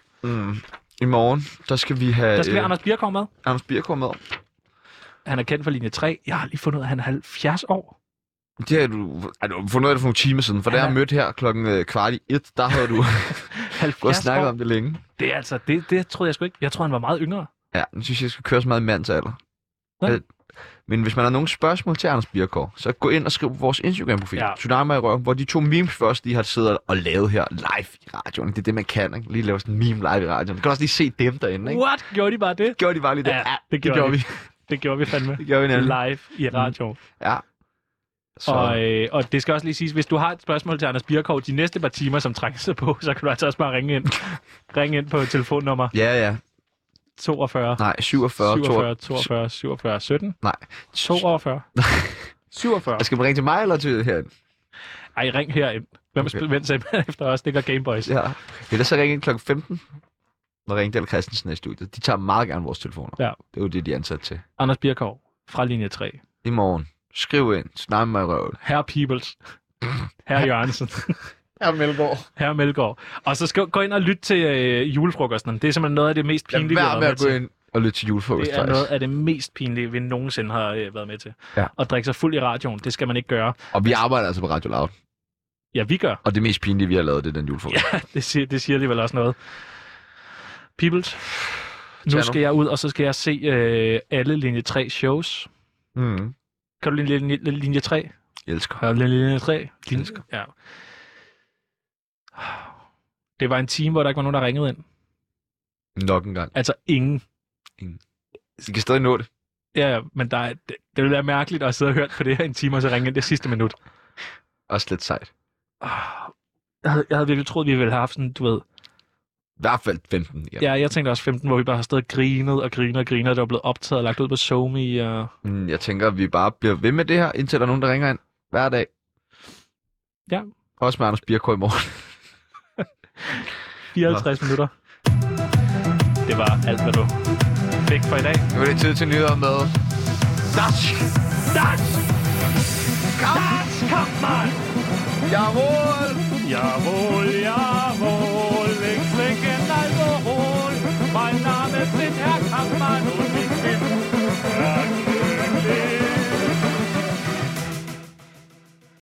I morgen, der skal vi have... Der skal vi have Anders Birkov med. Anders Birkov med. Han er kendt for linje 3. Jeg har lige fundet ud af, at han er 70 år. Det har du fundet ud af det for nogle timer siden, for da jeg mødte her klokken 12:15, der havde du gået og snakket om det længe. Det er altså, det troede jeg sgu ikke. Jeg tror han var meget yngre. Ja, nu synes jeg skal køre så meget i mandsalder. Ja. Men hvis man har nogle spørgsmål til Anders Birkov, så gå ind og skriv på vores Instagram-profil, Tsunami i Røven, hvor de 2 memes først, de har siddet og lavet her live i radioen. Det er det, man kan, ikke? Lige lave sådan en meme live i radioen. Du kan også lige se dem derinde, ikke? What? Gjorde de bare det? Gjorde de bare lige det? Ja, det gjorde vi. Det gjorde vi fandme. Det gjorde vi nemlig. Live i radioen. Ja. Så. Og det skal også lige siges, hvis du har et spørgsmål til Anders Birkov de næste par timer, som trækker sig på, så kan du altså også bare ringe ind. Ring ind på telefonnummer. Ja. 42. Nej, 47 17. Nej. 42. 47. Skal man ringe til mig eller til herind? Ej, ring herind. Hvem okay. Efter os? Det gør Gameboys. Ja. Ellers så ringe ind klokken 15, når Ringdal Christensen er i studiet. De tager meget gerne vores telefoner. Ja. Det er jo det, de er ansat til. Anders Birkov fra linje 3. I morgen. Skriv ind. Tsunami i Røven. Herre Peoples. Herre Jørgensen. Herre Melgaard. Og så gå ind og lyt til julefrokosten. Det er simpelthen noget af det mest pinlige, vi har været med til. Gå ind og lyt til julefrokosten. Det er noget af det mest pinlige, vi nogensinde har været med til. Ja. Og drikke sig fuld i radioen, det skal man ikke gøre. Og vi arbejder altså på Radio Loud. Ja, vi gør. Og det mest pinlige, vi har lavet, det er den julefrokost. Ja, det siger alligevel også noget. Peoples, nu skal jeg ud, og så skal jeg se alle linje 3 shows. Mm. Kan du linje 3? Elsker. Linje 3? Elsker. Ja. Det var en time, hvor der ikke var nogen, der ringede ind. Nok en gang. Altså ingen. Så kan stadig nå det. Ja, men det ville være mærkeligt at sidde og høre på det her en time, og så ringe ind det sidste minut. Også lidt sejt. Jeg havde virkelig troet, vi ville have haft sådan, du ved... I hvert fald 15. Ja, jeg tænkte også 15, hvor vi bare har stået og grinet og grinet. Det var blevet optaget og lagt ud på SoMe. Og... Jeg tænker, at vi bare bliver ved med det her, indtil der er nogen, der ringer ind hver dag. Ja. Også med Anders Birkov i morgen. 54 minutter. Det var alt, hvad du fik for i dag. Nu er det tid til nyheder med... Dash! Kom, man! Jawohl! Ich trinke Alkohol. Mein Name ist Herr